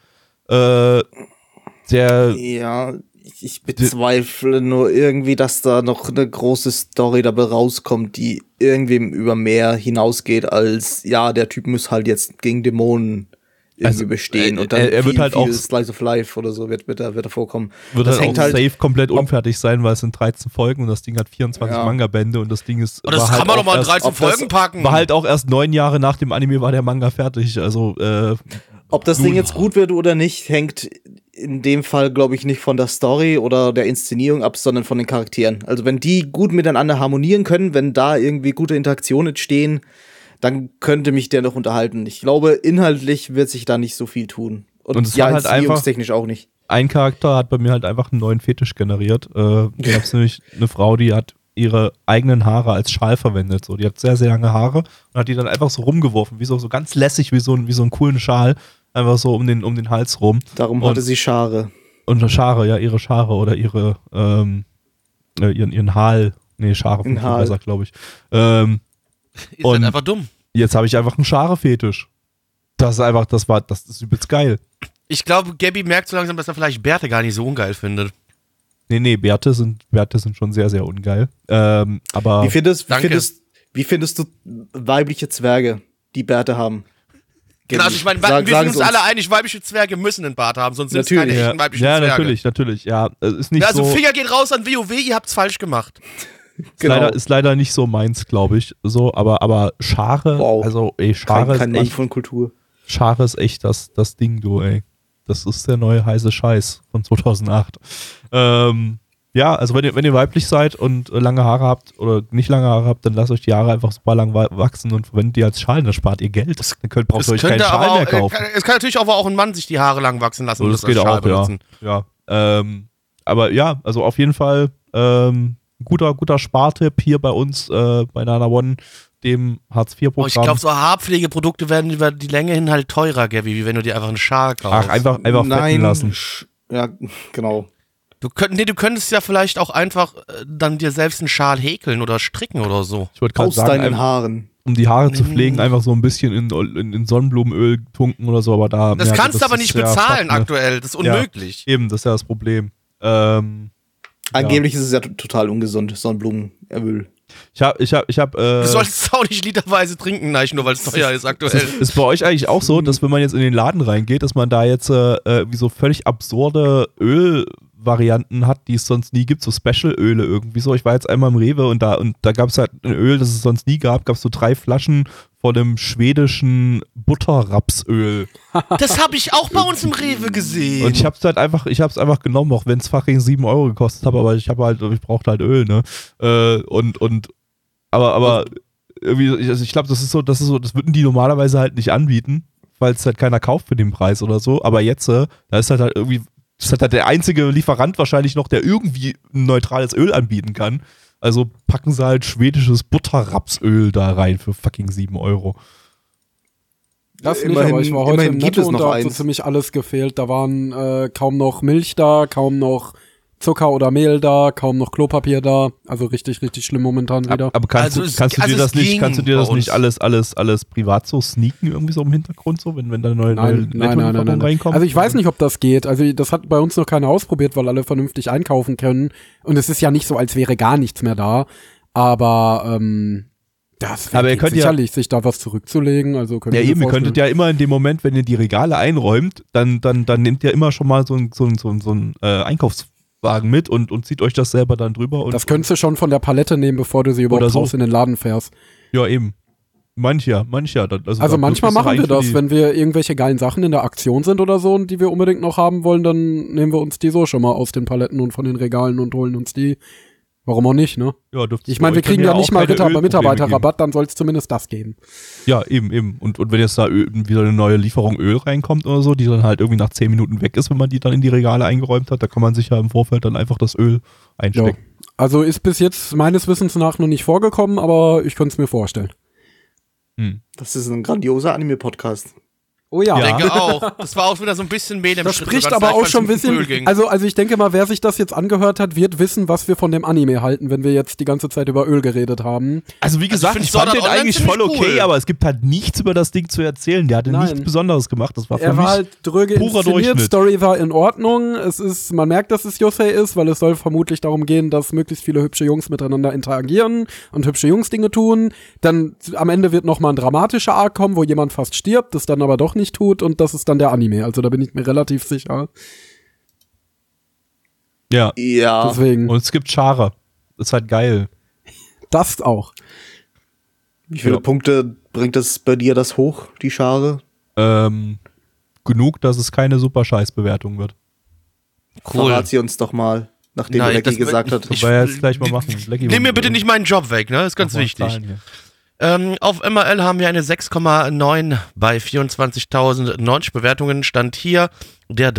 Ich bezweifle nur irgendwie, dass da noch eine große Story dabei rauskommt, die irgendwem über mehr hinausgeht, als der Typ muss halt jetzt gegen Dämonen irgendwie bestehen und dann er wird halt auch Slice of Life oder so wird da vorkommen. Wird das halt auch safe komplett unfertig sein, weil es sind 13 Folgen und das Ding hat 24 Manga-Bände und das Ding ist... Und das kann man doch mal in 13 Folgen packen. War halt auch erst 9 Jahre nach dem Anime war der Manga fertig, also... Ob das Ding jetzt gut wird oder nicht, hängt in dem Fall, glaube ich, nicht von der Story oder der Inszenierung ab, sondern von den Charakteren. Also wenn die gut miteinander harmonieren können, wenn da irgendwie gute Interaktionen entstehen, dann könnte mich der noch unterhalten. Ich glaube, inhaltlich wird sich da nicht so viel tun. Und es hat halt inszenierungstechnisch auch nicht. Ein Charakter hat bei mir halt einfach einen neuen Fetisch generiert. Da gab es nämlich eine Frau, die hat ihre eigenen Haare als Schal verwendet. So. Die hat sehr, sehr lange Haare und hat die dann einfach so rumgeworfen, wie so ganz lässig, wie so einen coolen Schal. Einfach so um den Hals rum. Darum hatte sie Schare. Und Schare, ja, ihre Schare oder ihren Hal. Nee, Schare von besser, glaube ich. Ihr seid einfach dumm. Jetzt habe ich einfach einen Schare-Fetisch. Das ist übelst geil. Ich glaube, Gabby merkt so langsam, dass er vielleicht Bärte gar nicht so ungeil findet. Nee, Bärte sind schon sehr, sehr ungeil. Aber Wie findest du weibliche Zwerge, die Bärte haben? Genau, also ich meine, wir sind uns alle einig, weibliche Zwerge müssen einen Bart haben, sonst sind es keine echten weiblichen Zwerge. Ja, natürlich. Ja, ist nicht also so. Finger geht raus an WoW, ihr habt's falsch gemacht. Genau. Ist leider nicht so meins, glaube ich. So, aber Schare, Wow. also Schare Kein ist Mann echt, von Kultur. Schare ist echt das Ding, du, ey. Das ist der neue heiße Scheiß von 2008. Ja, also wenn ihr weiblich seid und lange Haare habt oder nicht lange Haare habt, dann lasst euch die Haare einfach super lang wachsen und verwendet die als Schal, dann spart ihr Geld. Dann braucht ihr euch keinen Schal mehr kaufen. Es kann natürlich auch ein Mann sich die Haare lang wachsen lassen und das geht auch, benutzen. Ja. Aber ja, also auf jeden Fall guter Spartipp hier bei uns bei Nana One, dem Hartz-IV-Programm. Ich glaube, so Haarpflegeprodukte werden über die Länge hin halt teurer, Gabby, wie wenn du dir einfach einen Schal kaufst. Ach, einfach fetten lassen. Ja, genau. Du könntest ja vielleicht auch einfach dann dir selbst einen Schal häkeln oder stricken oder so. Ich wollte gerade Aus sagen, deinen Haaren. um die Haare zu pflegen, einfach so ein bisschen in Sonnenblumenöl tunken oder so, aber da... Das kannst du aber nicht bezahlen Fakt, aktuell, das ist unmöglich. Ja, eben, das ist ja das Problem. Angeblich ist es ja total ungesund, Sonnenblumenöl. Ich hab Du solltest es auch nicht literweise trinken, Neich, nur weil es teuer ist aktuell. Ist bei euch eigentlich auch so, dass wenn man jetzt in den Laden reingeht, dass man da jetzt wie so völlig absurde Ölvarianten hat, die es sonst nie gibt, so Special-Öle irgendwie so. Ich war jetzt einmal im Rewe und da gab es halt ein Öl, das es sonst nie gab es so 3 Flaschen von dem schwedischen Butterrapsöl. Das habe ich auch bei uns im Rewe gesehen. Und ich hab's einfach genommen, auch wenn es fucking 7 € gekostet hat, aber ich brauchte halt Öl, ne? Aber irgendwie, also ich glaube, das würden die normalerweise halt nicht anbieten, weil es halt keiner kauft für den Preis oder so. Aber jetzt, da ist halt irgendwie, das ist halt der einzige Lieferant wahrscheinlich noch, der irgendwie ein neutrales Öl anbieten kann. Also packen sie halt schwedisches Butterrapsöl da rein für fucking 7 €. Das nicht, Immerhin- aber ich war heute im immerhin gibt Netto es und noch da hat so eins. ziemlich alles gefehlt. Da waren kaum noch Milch da, kaum noch Zucker oder Mehl da, kaum noch Klopapier da. Also richtig, richtig schlimm momentan wieder. Aber kannst du dir das nicht alles privat so sneaken irgendwie so im Hintergrund so, wenn da neue Nein. reinkommen? Also ich weiß nicht, ob das geht. Also das hat bei uns noch keiner ausprobiert, weil alle vernünftig einkaufen können. Und es ist ja nicht so, als wäre gar nichts mehr da. Aber das Aber ihr geht könnt sicherlich, sich da was zurückzulegen. Also könnt Ja, ihr eben, ihr könntet ja immer in dem Moment, wenn ihr die Regale einräumt, dann nehmt ihr immer schon mal so ein Einkaufswagen mit und zieht euch das selber dann drüber. Und das könntest du schon von der Palette nehmen, bevor du sie überhaupt so. raus in den Laden fährst. Ja, eben. Mancher. Also manchmal machen wir das, wenn wir irgendwelche geilen Sachen in der Aktion sind oder so und die wir unbedingt noch haben wollen, dann nehmen wir uns die so schon mal aus den Paletten und von den Regalen und holen uns die. Warum auch nicht, ne? Ja, ich meine, wir kriegen ja nicht mal Mitarbeiterrabatt, dann soll es zumindest das geben. Ja, eben. Und wenn jetzt da wieder eine neue Lieferung Öl reinkommt oder so, die dann halt irgendwie nach 10 Minuten weg ist, wenn man die dann in die Regale eingeräumt hat, da kann man sich ja im Vorfeld dann einfach das Öl einstecken. Ja. Also ist bis jetzt meines Wissens nach noch nicht vorgekommen, aber ich könnte es mir vorstellen. Das ist ein grandioser Anime-Podcast. Oh ja. Ich denke auch. Das war auch wieder so ein bisschen Medien. Das spricht aber auch schon ein bisschen, also ich denke mal, wer sich das jetzt angehört hat, wird wissen, was wir von dem Anime halten, wenn wir jetzt die ganze Zeit über Öl geredet haben. Also wie gesagt, ich fand den eigentlich voll okay, cool. Aber es gibt halt nichts über das Ding zu erzählen. Der hatte nichts Besonderes gemacht. Das war für mich halt dröge purer Durchschnitt. Story war in Ordnung. Man merkt, dass es Yosei ist, weil es soll vermutlich darum gehen, dass möglichst viele hübsche Jungs miteinander interagieren und hübsche Jungs Dinge tun. Dann am Ende wird nochmal ein dramatischer Arc kommen, wo jemand fast stirbt, das dann aber doch nicht tut und das ist dann der Anime. Also da bin ich mir relativ sicher. Ja. Deswegen. Und es gibt Schare. Das ist halt geil. Das auch. Wie viele Punkte bringt das bei dir das hoch, die Schare? Genug, dass es keine super Scheißbewertung wird. Cool. Verrat sie uns doch mal, nachdem Blackie gesagt hat. Ich will jetzt gleich mal machen. Nimm mir bitte nicht meinen Job weg, ne? Das ist ganz wichtig. Auf MRL haben wir eine 6,9 bei 24.090 Bewertungen. Stand hier der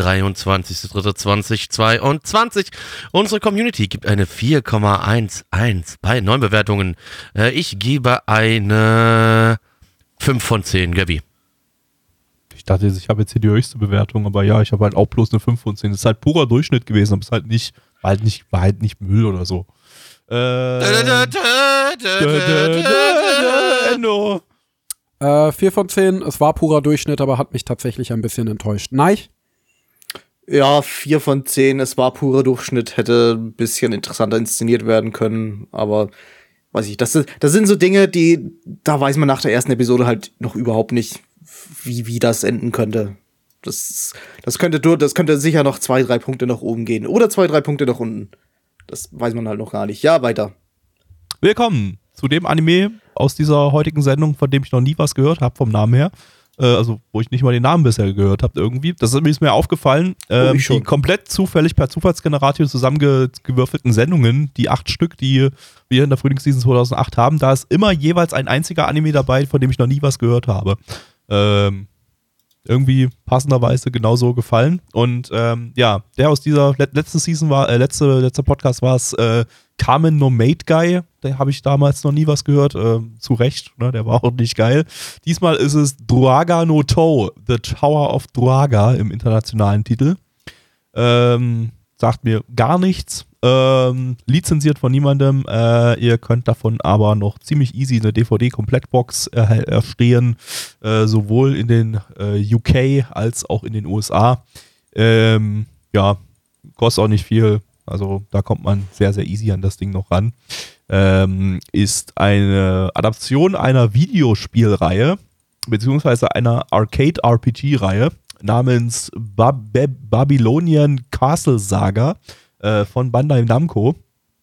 23.03.2022. Unsere Community gibt eine 4,11 bei 9 Bewertungen. Ich gebe eine 5 von 10, Gabi. Ich dachte, ich habe jetzt hier die höchste Bewertung, aber ja, ich habe halt auch bloß eine 5 von 10. Das ist halt purer Durchschnitt gewesen, aber es ist war halt nicht Müll oder so. 4 von 10, es war purer Durchschnitt, aber hat mich tatsächlich ein bisschen enttäuscht. Nein? Ja, 4 von 10, es war purer Durchschnitt, hätte ein bisschen interessanter inszeniert werden können, aber weiß ich, das sind so Dinge, da weiß man nach der ersten Episode halt noch überhaupt nicht, wie das enden könnte. Das könnte sicher noch 2-3 Punkte nach oben gehen oder 2-3 Punkte nach unten. Das weiß man halt noch gar nicht. Ja, weiter. Willkommen zu dem Anime aus dieser heutigen Sendung, von dem ich noch nie was gehört habe, vom Namen her. Also, wo ich nicht mal den Namen bisher gehört habe irgendwie. Das ist mir aufgefallen. Die komplett zufällig per Zufallsgenerator zusammengewürfelten Sendungen, die 8 Stück, die wir in der Frühlingsseason 2008 haben, da ist immer jeweils ein einziger Anime dabei, von dem ich noch nie was gehört habe. Irgendwie passenderweise genauso gefallen. Und ja, der aus dieser letzten Season war, letzter Podcast war es Kamen no Maid Guy. Da habe ich damals noch nie was gehört. Zu Recht, ne? Der war auch nicht geil. Diesmal ist es Druaga no Tou, The Tower of Druaga im internationalen Titel. Sagt mir gar nichts. Lizenziert von niemandem. Ihr könnt davon aber noch ziemlich easy eine DVD-Komplettbox erstehen, sowohl in den UK als auch in den USA. Ja, kostet auch nicht viel, also da kommt man sehr, sehr easy an das Ding noch ran. Ist eine Adaption einer Videospielreihe, beziehungsweise einer Arcade-RPG-Reihe namens Babylonian Castle Saga von Bandai Namco.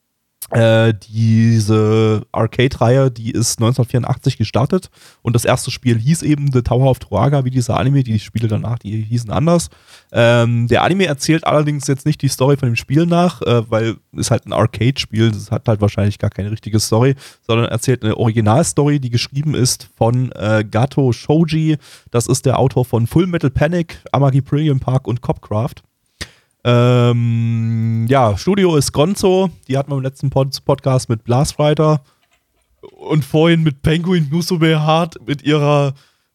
Diese Arcade-Reihe, die ist 1984 gestartet und das erste Spiel hieß eben The Tower of Druaga, wie dieser Anime. Die Spiele danach, die hießen anders. Der Anime erzählt allerdings jetzt nicht die Story von dem Spiel nach, weil es halt ein Arcade-Spiel, das hat halt wahrscheinlich gar keine richtige Story, sondern erzählt eine Originalstory, die geschrieben ist von Gato Shoji. Das ist der Autor von Full Metal Panic, Amagi Brilliant Park und Copcraft. Ja, Studio ist Gonzo, die hatten wir im letzten Podcast mit Blast Rider und vorhin mit Penguin Musume Hart mit ihrer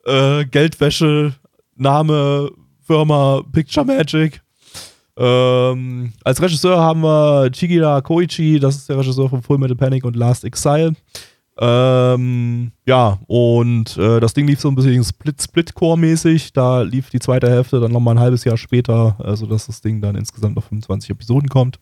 Geldwäsche-Name-Firma Picture Magic. Als Regisseur haben wir Chigida Koichi, das ist der Regisseur von Full Metal Panic und Last Exile. Ja, und das Ding lief so ein bisschen Split-Core-mäßig. Da lief die zweite Hälfte dann nochmal ein halbes Jahr später, sodass das Ding dann insgesamt auf 25 Episoden kommt.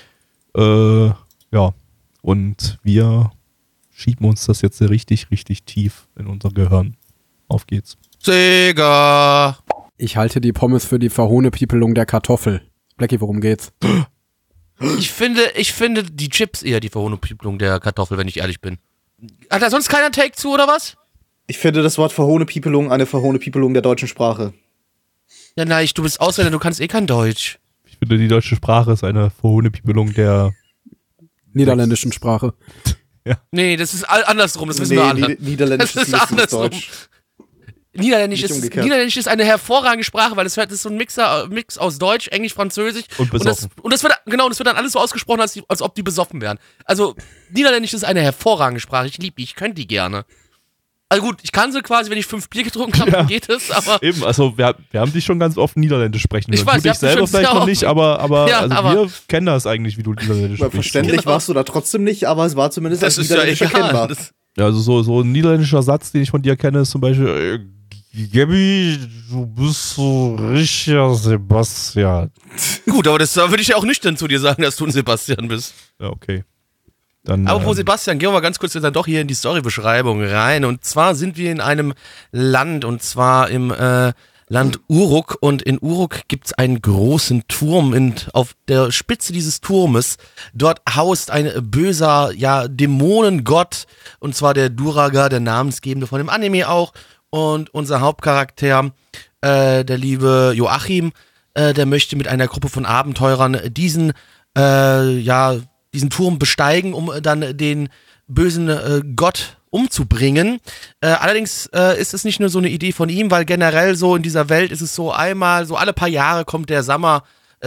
Ja, und wir schieben uns das jetzt richtig, richtig tief in unser Gehirn. Auf geht's. Sega! Ich halte die Pommes für die Verhohnepiepelung der Kartoffel. Blackie, worum geht's? Ich finde die Chips eher die Verhohnepiepelung der Kartoffel, wenn ich ehrlich bin. Hat da sonst keiner Take zu, oder was? Ich finde das Wort Verhohnepiepelung eine Verhohnepiepelung der deutschen Sprache. Ja, nein, du bist Ausländer, du kannst eh kein Deutsch. Ich finde, die deutsche Sprache ist eine Verhohnepiepelung der niederländischen Sprache. Ja. Nee, das ist andersrum, das wissen wir alle. Niederländisch Das ist ist andersrum. Deutsch. Niederländisch ist eine hervorragende Sprache, weil das ist so ein Mix aus Deutsch, Englisch, Französisch. Und besoffen. Und das wird dann alles so ausgesprochen, als ob die besoffen wären. Also, Niederländisch ist eine hervorragende Sprache. Ich liebe die, ich könnte die gerne. Also gut, ich kann sie quasi, wenn ich 5 Bier getrunken habe, dann geht es, aber... Eben, also wir haben dich schon ganz oft Niederländisch sprechen hören. Ich weiß, du dich selber vielleicht noch nicht, aber wir kennen das eigentlich, wie du Niederländisch sprichst. Verständlich warst du da trotzdem nicht, aber es war zumindest Das als ist ja Niederländisch egal. erkennbar. Ja, also so ein niederländischer Satz, den ich von dir kenne, ist zum Beispiel Gabi, du bist so richtiger Sebastian. Gut, aber das würde ich ja auch nüchtern zu dir sagen, dass du ein Sebastian bist. Ja, okay. Dann, Apropos Sebastian, gehen wir mal ganz kurz dann doch hier in die Storybeschreibung rein. Und zwar sind wir in einem Land, und zwar im Land Uruk. Und in Uruk gibt es einen großen Turm. Und auf der Spitze dieses Turmes, dort haust ein böser, ja, Dämonengott. Und zwar der Duraga, der Namensgebende von dem Anime auch. Und unser Hauptcharakter, der liebe Joachim, der möchte mit einer Gruppe von Abenteurern diesen Turm besteigen, um dann den bösen Gott umzubringen. Allerdings ist es nicht nur so eine Idee von ihm, weil generell so in dieser Welt ist es so einmal, so alle paar Jahre kommt der Sommer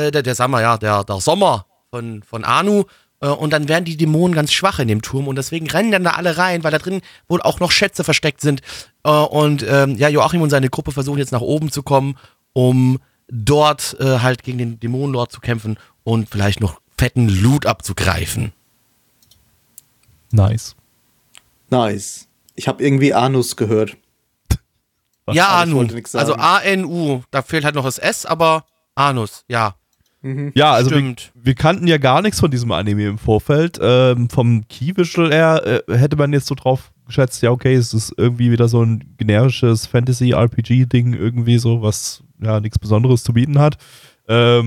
von Anu. Und dann werden die Dämonen ganz schwach in dem Turm und deswegen rennen dann da alle rein, weil da drin wohl auch noch Schätze versteckt sind. Joachim und seine Gruppe versuchen jetzt nach oben zu kommen, um dort halt gegen den Dämonenlord zu kämpfen und vielleicht noch fetten Loot abzugreifen. Nice. Ich habe irgendwie Anus gehört. Ja, Aber ich Anu. wollte nichts sagen. Also A-N-U. Da fehlt halt noch das S, aber Anus, ja. Ja, also Stimmt. wir kannten ja gar nichts von diesem Anime im Vorfeld. Vom Key-Visual her hätte man jetzt so drauf geschätzt, ja okay, es ist irgendwie wieder so ein generisches Fantasy-RPG-Ding irgendwie so, was ja nichts Besonderes zu bieten hat. War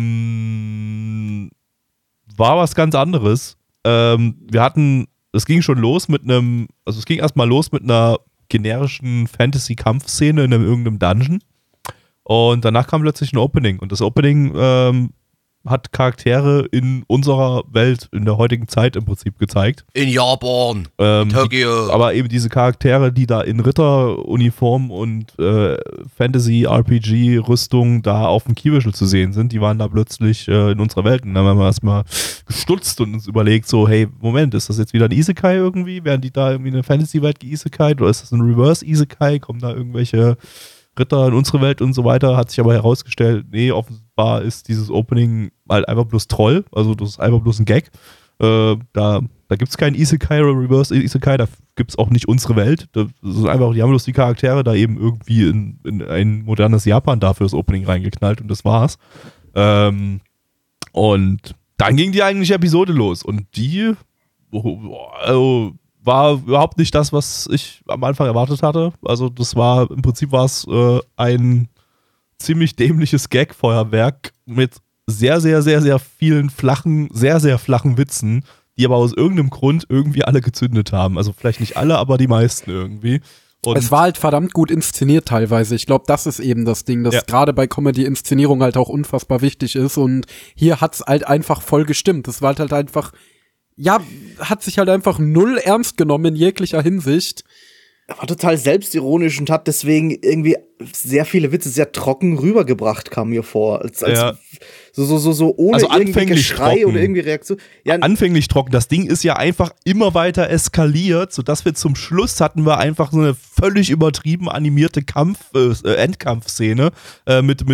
was ganz anderes. Es ging schon los mit es ging erstmal los mit einer generischen Fantasy-Kampfszene in irgendeinem Dungeon. Und danach kam plötzlich ein Opening. Und das Opening hat Charaktere in unserer Welt, in der heutigen Zeit im Prinzip gezeigt. In Japan. Tokio. Aber eben diese Charaktere, die da in Ritteruniform und Fantasy-RPG-Rüstung da auf dem Key-Visual zu sehen sind, die waren da plötzlich in unserer Welt. Und dann haben wir erstmal gestutzt und uns überlegt, so, hey, Moment, ist das jetzt wieder ein Isekai irgendwie? Werden die da irgendwie in eine Fantasy-Welt geisekait? Oder ist das ein Reverse-Isekai? Kommen da irgendwelche Ritter in unsere Welt und so weiter? Hat sich aber herausgestellt, nee, offenbar ist dieses Opening halt einfach bloß Troll, also das ist einfach bloß ein Gag. Da gibt es keinen Isekai oder Reverse Isekai, da gibt es auch nicht unsere Welt. Das ist einfach, die haben bloß die Charaktere da eben irgendwie in ein modernes Japan dafür das Opening reingeknallt und das war's. Und dann ging die eigentliche Episode los und die war überhaupt nicht das, was ich am Anfang erwartet hatte. Also im Prinzip war es ein ziemlich dämliches Gag-Feuerwerk mit sehr, sehr, sehr, sehr vielen sehr, sehr flachen Witzen, die aber aus irgendeinem Grund irgendwie alle gezündet haben. Also vielleicht nicht alle, aber die meisten irgendwie. Und Es war halt verdammt gut inszeniert teilweise. Ich glaube, das ist eben das Ding, dass gerade bei Comedy-Inszenierung halt auch unfassbar wichtig ist. Und hier hat's halt einfach voll gestimmt. Das war halt einfach, ja, hat sich halt einfach null ernst genommen in jeglicher Hinsicht. Er war total selbstironisch und hat deswegen irgendwie sehr viele Witze sehr trocken rübergebracht, kam mir vor. So ohne Also irgendwie anfänglich Geschrei trocken. oder irgendwie Reaktion. Ja, anfänglich trocken. Das Ding ist ja einfach immer weiter eskaliert, sodass wir zum Schluss hatten wir einfach so eine völlig übertrieben animierte Endkampfszene mit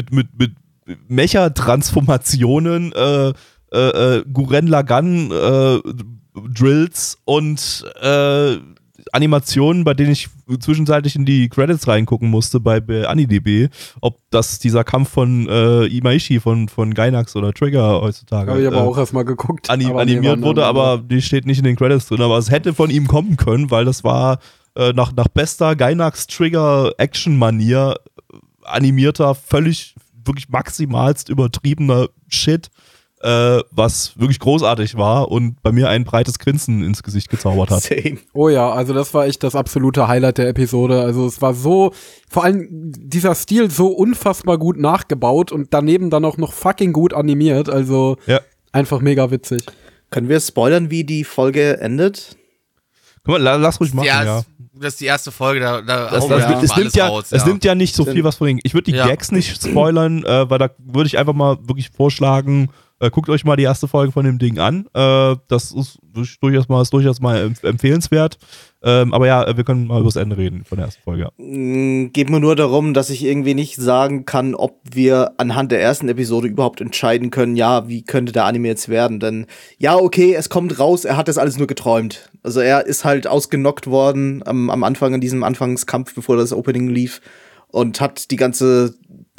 Mecha-Transformationen, Gurren Lagann Drills und Animationen, bei denen ich zwischenzeitlich in die Credits reingucken musste bei AniDB, ob das dieser Kampf von Imaishi von Gainax oder Trigger heutzutage Habe ich aber auch erstmal geguckt. animiert wurde, aber die steht nicht in den Credits drin, aber es hätte von ihm kommen können, weil das war nach bester Gainax-Trigger-Action-Manier animierter, völlig, wirklich maximalst übertriebener Shit, was wirklich großartig war und bei mir ein breites Grinsen ins Gesicht gezaubert hat. same. Oh ja, also das war echt das absolute Highlight der Episode. Also es war so, vor allem dieser Stil so unfassbar gut nachgebaut und daneben dann auch noch fucking gut animiert. Also einfach mega witzig. Können wir spoilern, wie die Folge endet? Guck mal, lass ruhig machen, ja. Das ist die erste Folge, da Es hauen wir einfach alles raus. Es nimmt ja nicht so viel was von den. Ich würde die Gags nicht spoilern, weil da würde ich einfach mal wirklich vorschlagen, guckt euch mal die erste Folge von dem Ding an. Das ist durchaus mal empfehlenswert. Aber ja, wir können mal über das Ende reden von der ersten Folge. Geht mir nur darum, dass ich irgendwie nicht sagen kann, ob wir anhand der ersten Episode überhaupt entscheiden können, ja, wie könnte der Anime jetzt werden. Denn ja, okay, es kommt raus, er hat das alles nur geträumt. Also er ist halt ausgenockt worden am Anfang, in diesem Anfangskampf, bevor das Opening lief. Und hat die ganzen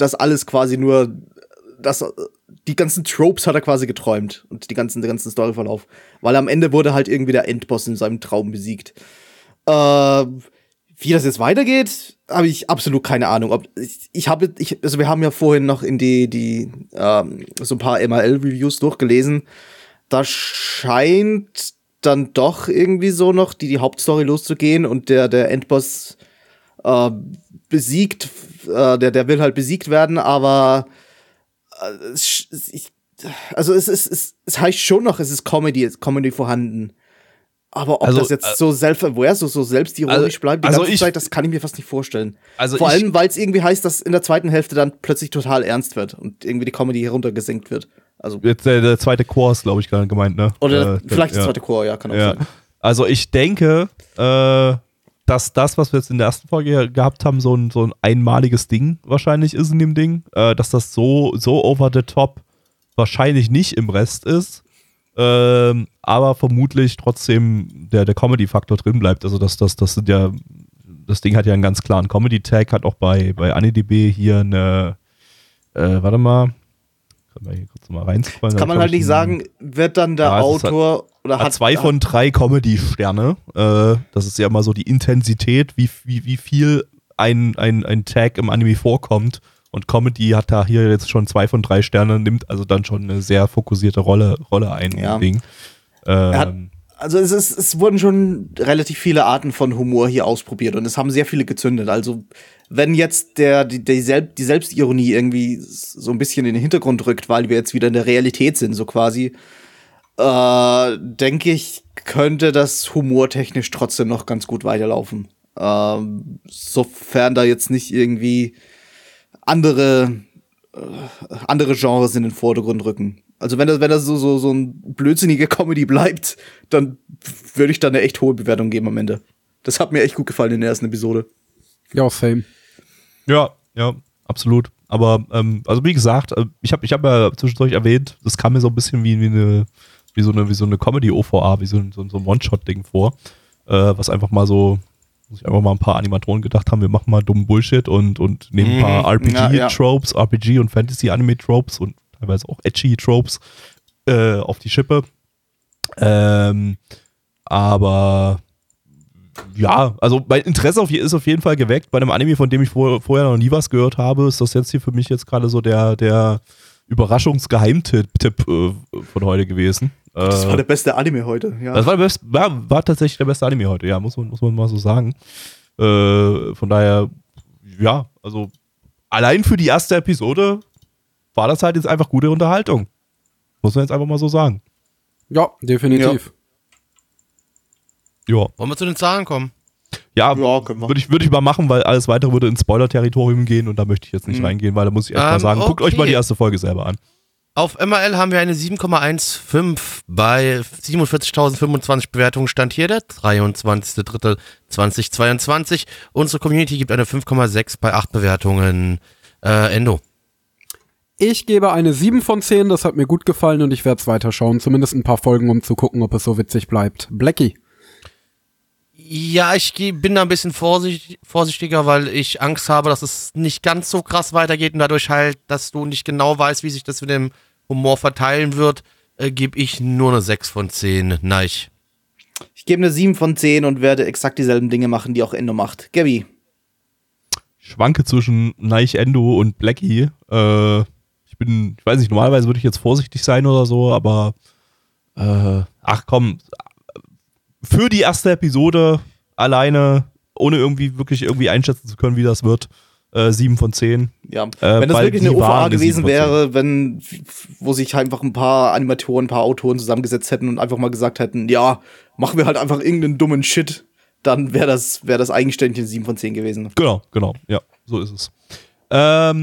Tropes hat er quasi geträumt und den ganzen Storyverlauf. Weil am Ende wurde halt irgendwie der Endboss in seinem Traum besiegt. Wie das jetzt weitergeht, habe ich absolut keine Ahnung. Also wir haben ja vorhin noch in so ein paar MRL-Reviews durchgelesen. Da scheint dann doch irgendwie so noch die Hauptstory loszugehen und der Endboss besiegt, der will halt besiegt werden, aber es heißt schon noch, es ist Comedy vorhanden. Aber ob das jetzt so self-aware, so selbstironisch bleibt die ganze Zeit, das kann ich mir fast nicht vorstellen. Vor allem, weil es irgendwie heißt, dass in der zweiten Hälfte dann plötzlich total ernst wird und irgendwie die Comedy heruntergesenkt wird. Also jetzt der zweite Chor ist, glaube ich, gerade gemeint, ne? Oder vielleicht der zweite Chor, ja, kann auch sein. Also ich denke, dass das, was wir jetzt in der ersten Folge gehabt haben, so ein einmaliges Ding wahrscheinlich ist in dem Ding, dass das so over the top wahrscheinlich nicht im Rest ist, aber vermutlich trotzdem der Comedy-Faktor drin bleibt. Also das sind ja das Ding hat ja einen ganz klaren Comedy-Tag, hat auch bei AniDB hier eine, warte mal, können wir hier kurz mal reinscrollen. Das kann man halt nicht sagen, wird dann der Autor oder hat 2 von 3 Comedy-Sterne. Das ist ja immer so die Intensität, wie viel ein Tag im Anime vorkommt. Und Comedy hat da hier jetzt schon 2 von 3 Sterne, nimmt also dann schon eine sehr fokussierte Rolle ein. Ja. Im Ding. Also es wurden schon relativ viele Arten von Humor hier ausprobiert und es haben sehr viele gezündet. Also wenn jetzt die Selbstironie irgendwie so ein bisschen in den Hintergrund rückt, weil wir jetzt wieder in der Realität sind, so quasi, denke ich, könnte das humortechnisch trotzdem noch ganz gut weiterlaufen. Sofern da jetzt nicht irgendwie andere Genres in den Vordergrund rücken. Also wenn das so ein blödsinniger Comedy bleibt, dann würde ich da eine echt hohe Bewertung geben am Ende. Das hat mir echt gut gefallen in der ersten Episode. Ja, same. Ja, absolut. Aber also wie gesagt, ich hab ja zwischendurch erwähnt, das kam mir so ein bisschen wie so eine Comedy-OVA, wie so ein One-Shot-Ding vor, was einfach mal so, wo sich einfach mal ein paar Animatoren gedacht haben, wir machen mal dummen Bullshit und nehmen ein paar RPG-Tropes, RPG- und Fantasy-Anime-Tropes und teilweise auch edgy-Tropes auf die Schippe. Aber ja, also mein Interesse ist auf jeden Fall geweckt. Bei einem Anime, von dem ich vorher noch nie was gehört habe, ist das jetzt hier für mich jetzt gerade so der Überraschungsgeheimtipp von heute gewesen. Das war der beste Anime heute, ja. Das war tatsächlich der beste Anime heute, ja, muss man mal so sagen. Von daher, ja, also allein für die erste Episode war das halt jetzt einfach gute Unterhaltung. Muss man jetzt einfach mal so sagen. Ja, definitiv. Ja. Wollen wir zu den Zahlen kommen? Ja, können wir. würde ich mal machen, weil alles weitere würde ins Spoiler-Territorium gehen und da möchte ich jetzt nicht reingehen, weil da muss ich echt mal sagen, guckt euch mal die erste Folge selber an. Auf MRL haben wir eine 7,15 bei 47.025 Bewertungen. Stand hier der 23.03.2022. Unsere Community gibt eine 5,6 bei 8 Bewertungen. Endo. Ich gebe eine 7 von 10, das hat mir gut gefallen und ich werde es weiterschauen. Zumindest ein paar Folgen, um zu gucken, ob es so witzig bleibt. Blackie. Ja, ich bin da ein bisschen vorsichtiger, weil ich Angst habe, dass es nicht ganz so krass weitergeht und dadurch halt, dass du nicht genau weißt, wie sich das mit dem Humor verteilen wird, gebe ich nur eine 6 von 10. Nein. Ich gebe eine 7 von 10 und werde exakt dieselben Dinge machen, die auch Endo macht. Gabby. Schwanke zwischen Neich, Endo und Blackie. Ich weiß nicht, normalerweise würde ich jetzt vorsichtig sein oder so, aber ach komm, für die erste Episode alleine, ohne irgendwie einschätzen zu können, wie das wird, 7 von 10. Ja, wenn das wirklich eine OVA gewesen wäre, wo sich einfach ein paar Animatoren, ein paar Autoren zusammengesetzt hätten und einfach mal gesagt hätten, ja, machen wir halt einfach irgendeinen dummen Shit, dann wäre das eigenständig eine 7 von 10 gewesen. Genau, ja, so ist es. Dann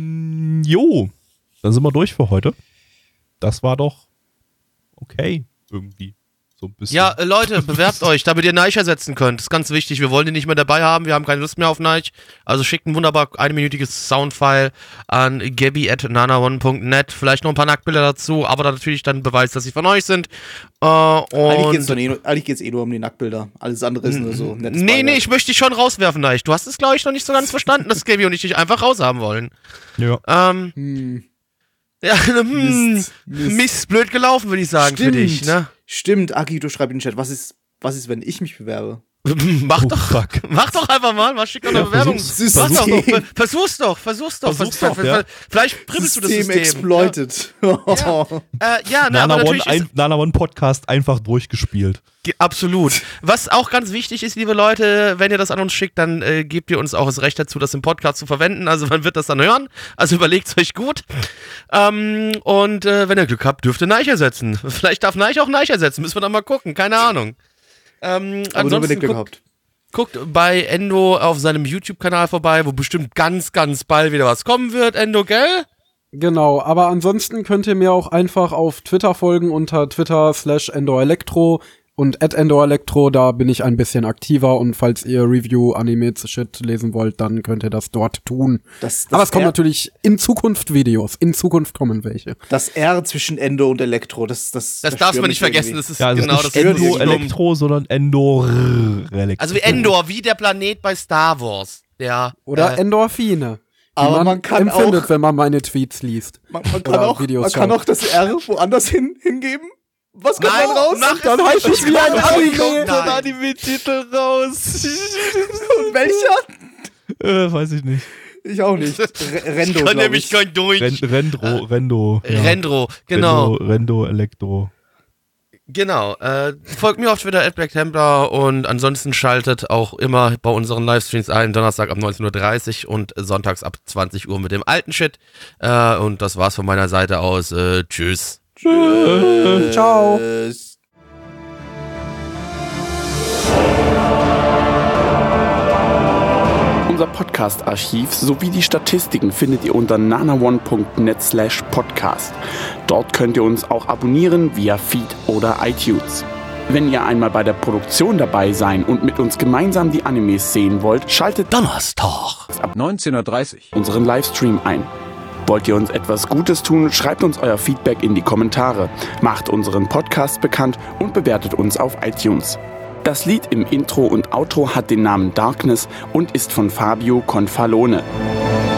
sind wir durch für heute. Das war doch okay, irgendwie. So ein bisschen. Ja, Leute, bewerbt euch, damit ihr Neich ersetzen könnt. Das ist ganz wichtig. Wir wollen den nicht mehr dabei haben. Wir haben keine Lust mehr auf Neich. Also schickt ein wunderbar einminütiges Soundfile an gabby@nana1.net. Vielleicht noch ein paar Nacktbilder dazu, aber dann natürlich dann Beweis, dass sie von euch sind. Eigentlich geht's nur um die Nacktbilder. Alles andere ist nur so nettes Nee, ich möchte dich schon rauswerfen, Neich. Du hast es, glaube ich, noch nicht so ganz verstanden, dass Gabby und ich dich einfach raushaben wollen. Ja. Ja, Mist, blöd gelaufen, würde ich sagen, für dich, ne? Stimmt, Akito schreibt in den Chat, was ist, wenn ich mich bewerbe? Mach doch einfach mal, schick doch eine Bewerbung. Versuch's doch. Vielleicht pribbelst du das System. Exploited. Nana One Podcast einfach durchgespielt. Absolut. Was auch ganz wichtig ist, liebe Leute, wenn ihr das an uns schickt, dann gebt ihr uns auch das Recht dazu, das im Podcast zu verwenden. Also man wird das dann hören. Also überlegt's euch gut. Und wenn ihr Glück habt, dürft ihr Neich ersetzen. Vielleicht darf Neich auch Neich ersetzen. Müssen wir dann mal gucken. Keine Ahnung. Ansonsten guckt bei Endo auf seinem YouTube-Kanal vorbei, wo bestimmt ganz, ganz bald wieder was kommen wird. Endo, gell? Genau, aber ansonsten könnt ihr mir auch einfach auf Twitter folgen unter Twitter/EndoElectro. Und @EndorElectro, da bin ich ein bisschen aktiver und falls ihr Review-Anime-Shit lesen wollt, dann könnt ihr das dort tun. Aber es kommen natürlich in Zukunft Videos. In Zukunft kommen welche. Das R zwischen Endo und Elektro, das darf man nicht vergessen. Das ist ja, also genau nicht das Endo-Elektro, sondern Endo-Elektro. Also wie Endor, wie der Planet bei Star Wars. Oder Endorphine. Aber man kann empfindet, auch, wenn man meine Tweets liest. Man kann auch das R woanders hingeben. Was kommt dann raus? Dann heißt es wie ein Anime. Anime-Titel raus. Und welcher? Weiß ich nicht. Ich auch nicht. Rendo, ich kann nämlich kein Deutsch. Rendo. Ja. Rendo, genau. Rendo, Elektro. Genau. Folgt mir auf Twitter @BlackTemplar und ansonsten schaltet auch immer bei unseren Livestreams ein, Donnerstag ab 19:30 Uhr und sonntags ab 20 Uhr mit dem alten Shit. Und das war's von meiner Seite aus. Tschüss. Ciao. Unser Podcast-Archiv sowie die Statistiken findet ihr unter nanaone.net/podcast. Dort könnt ihr uns auch abonnieren via Feed oder iTunes. Wenn ihr einmal bei der Produktion dabei sein und mit uns gemeinsam die Animes sehen wollt, schaltet Donnerstag ab 19:30 Uhr unseren Livestream ein. Wollt ihr uns etwas Gutes tun, schreibt uns euer Feedback in die Kommentare, macht unseren Podcast bekannt und bewertet uns auf iTunes. Das Lied im Intro und Outro hat den Namen Darkness und ist von Fabio Confalone.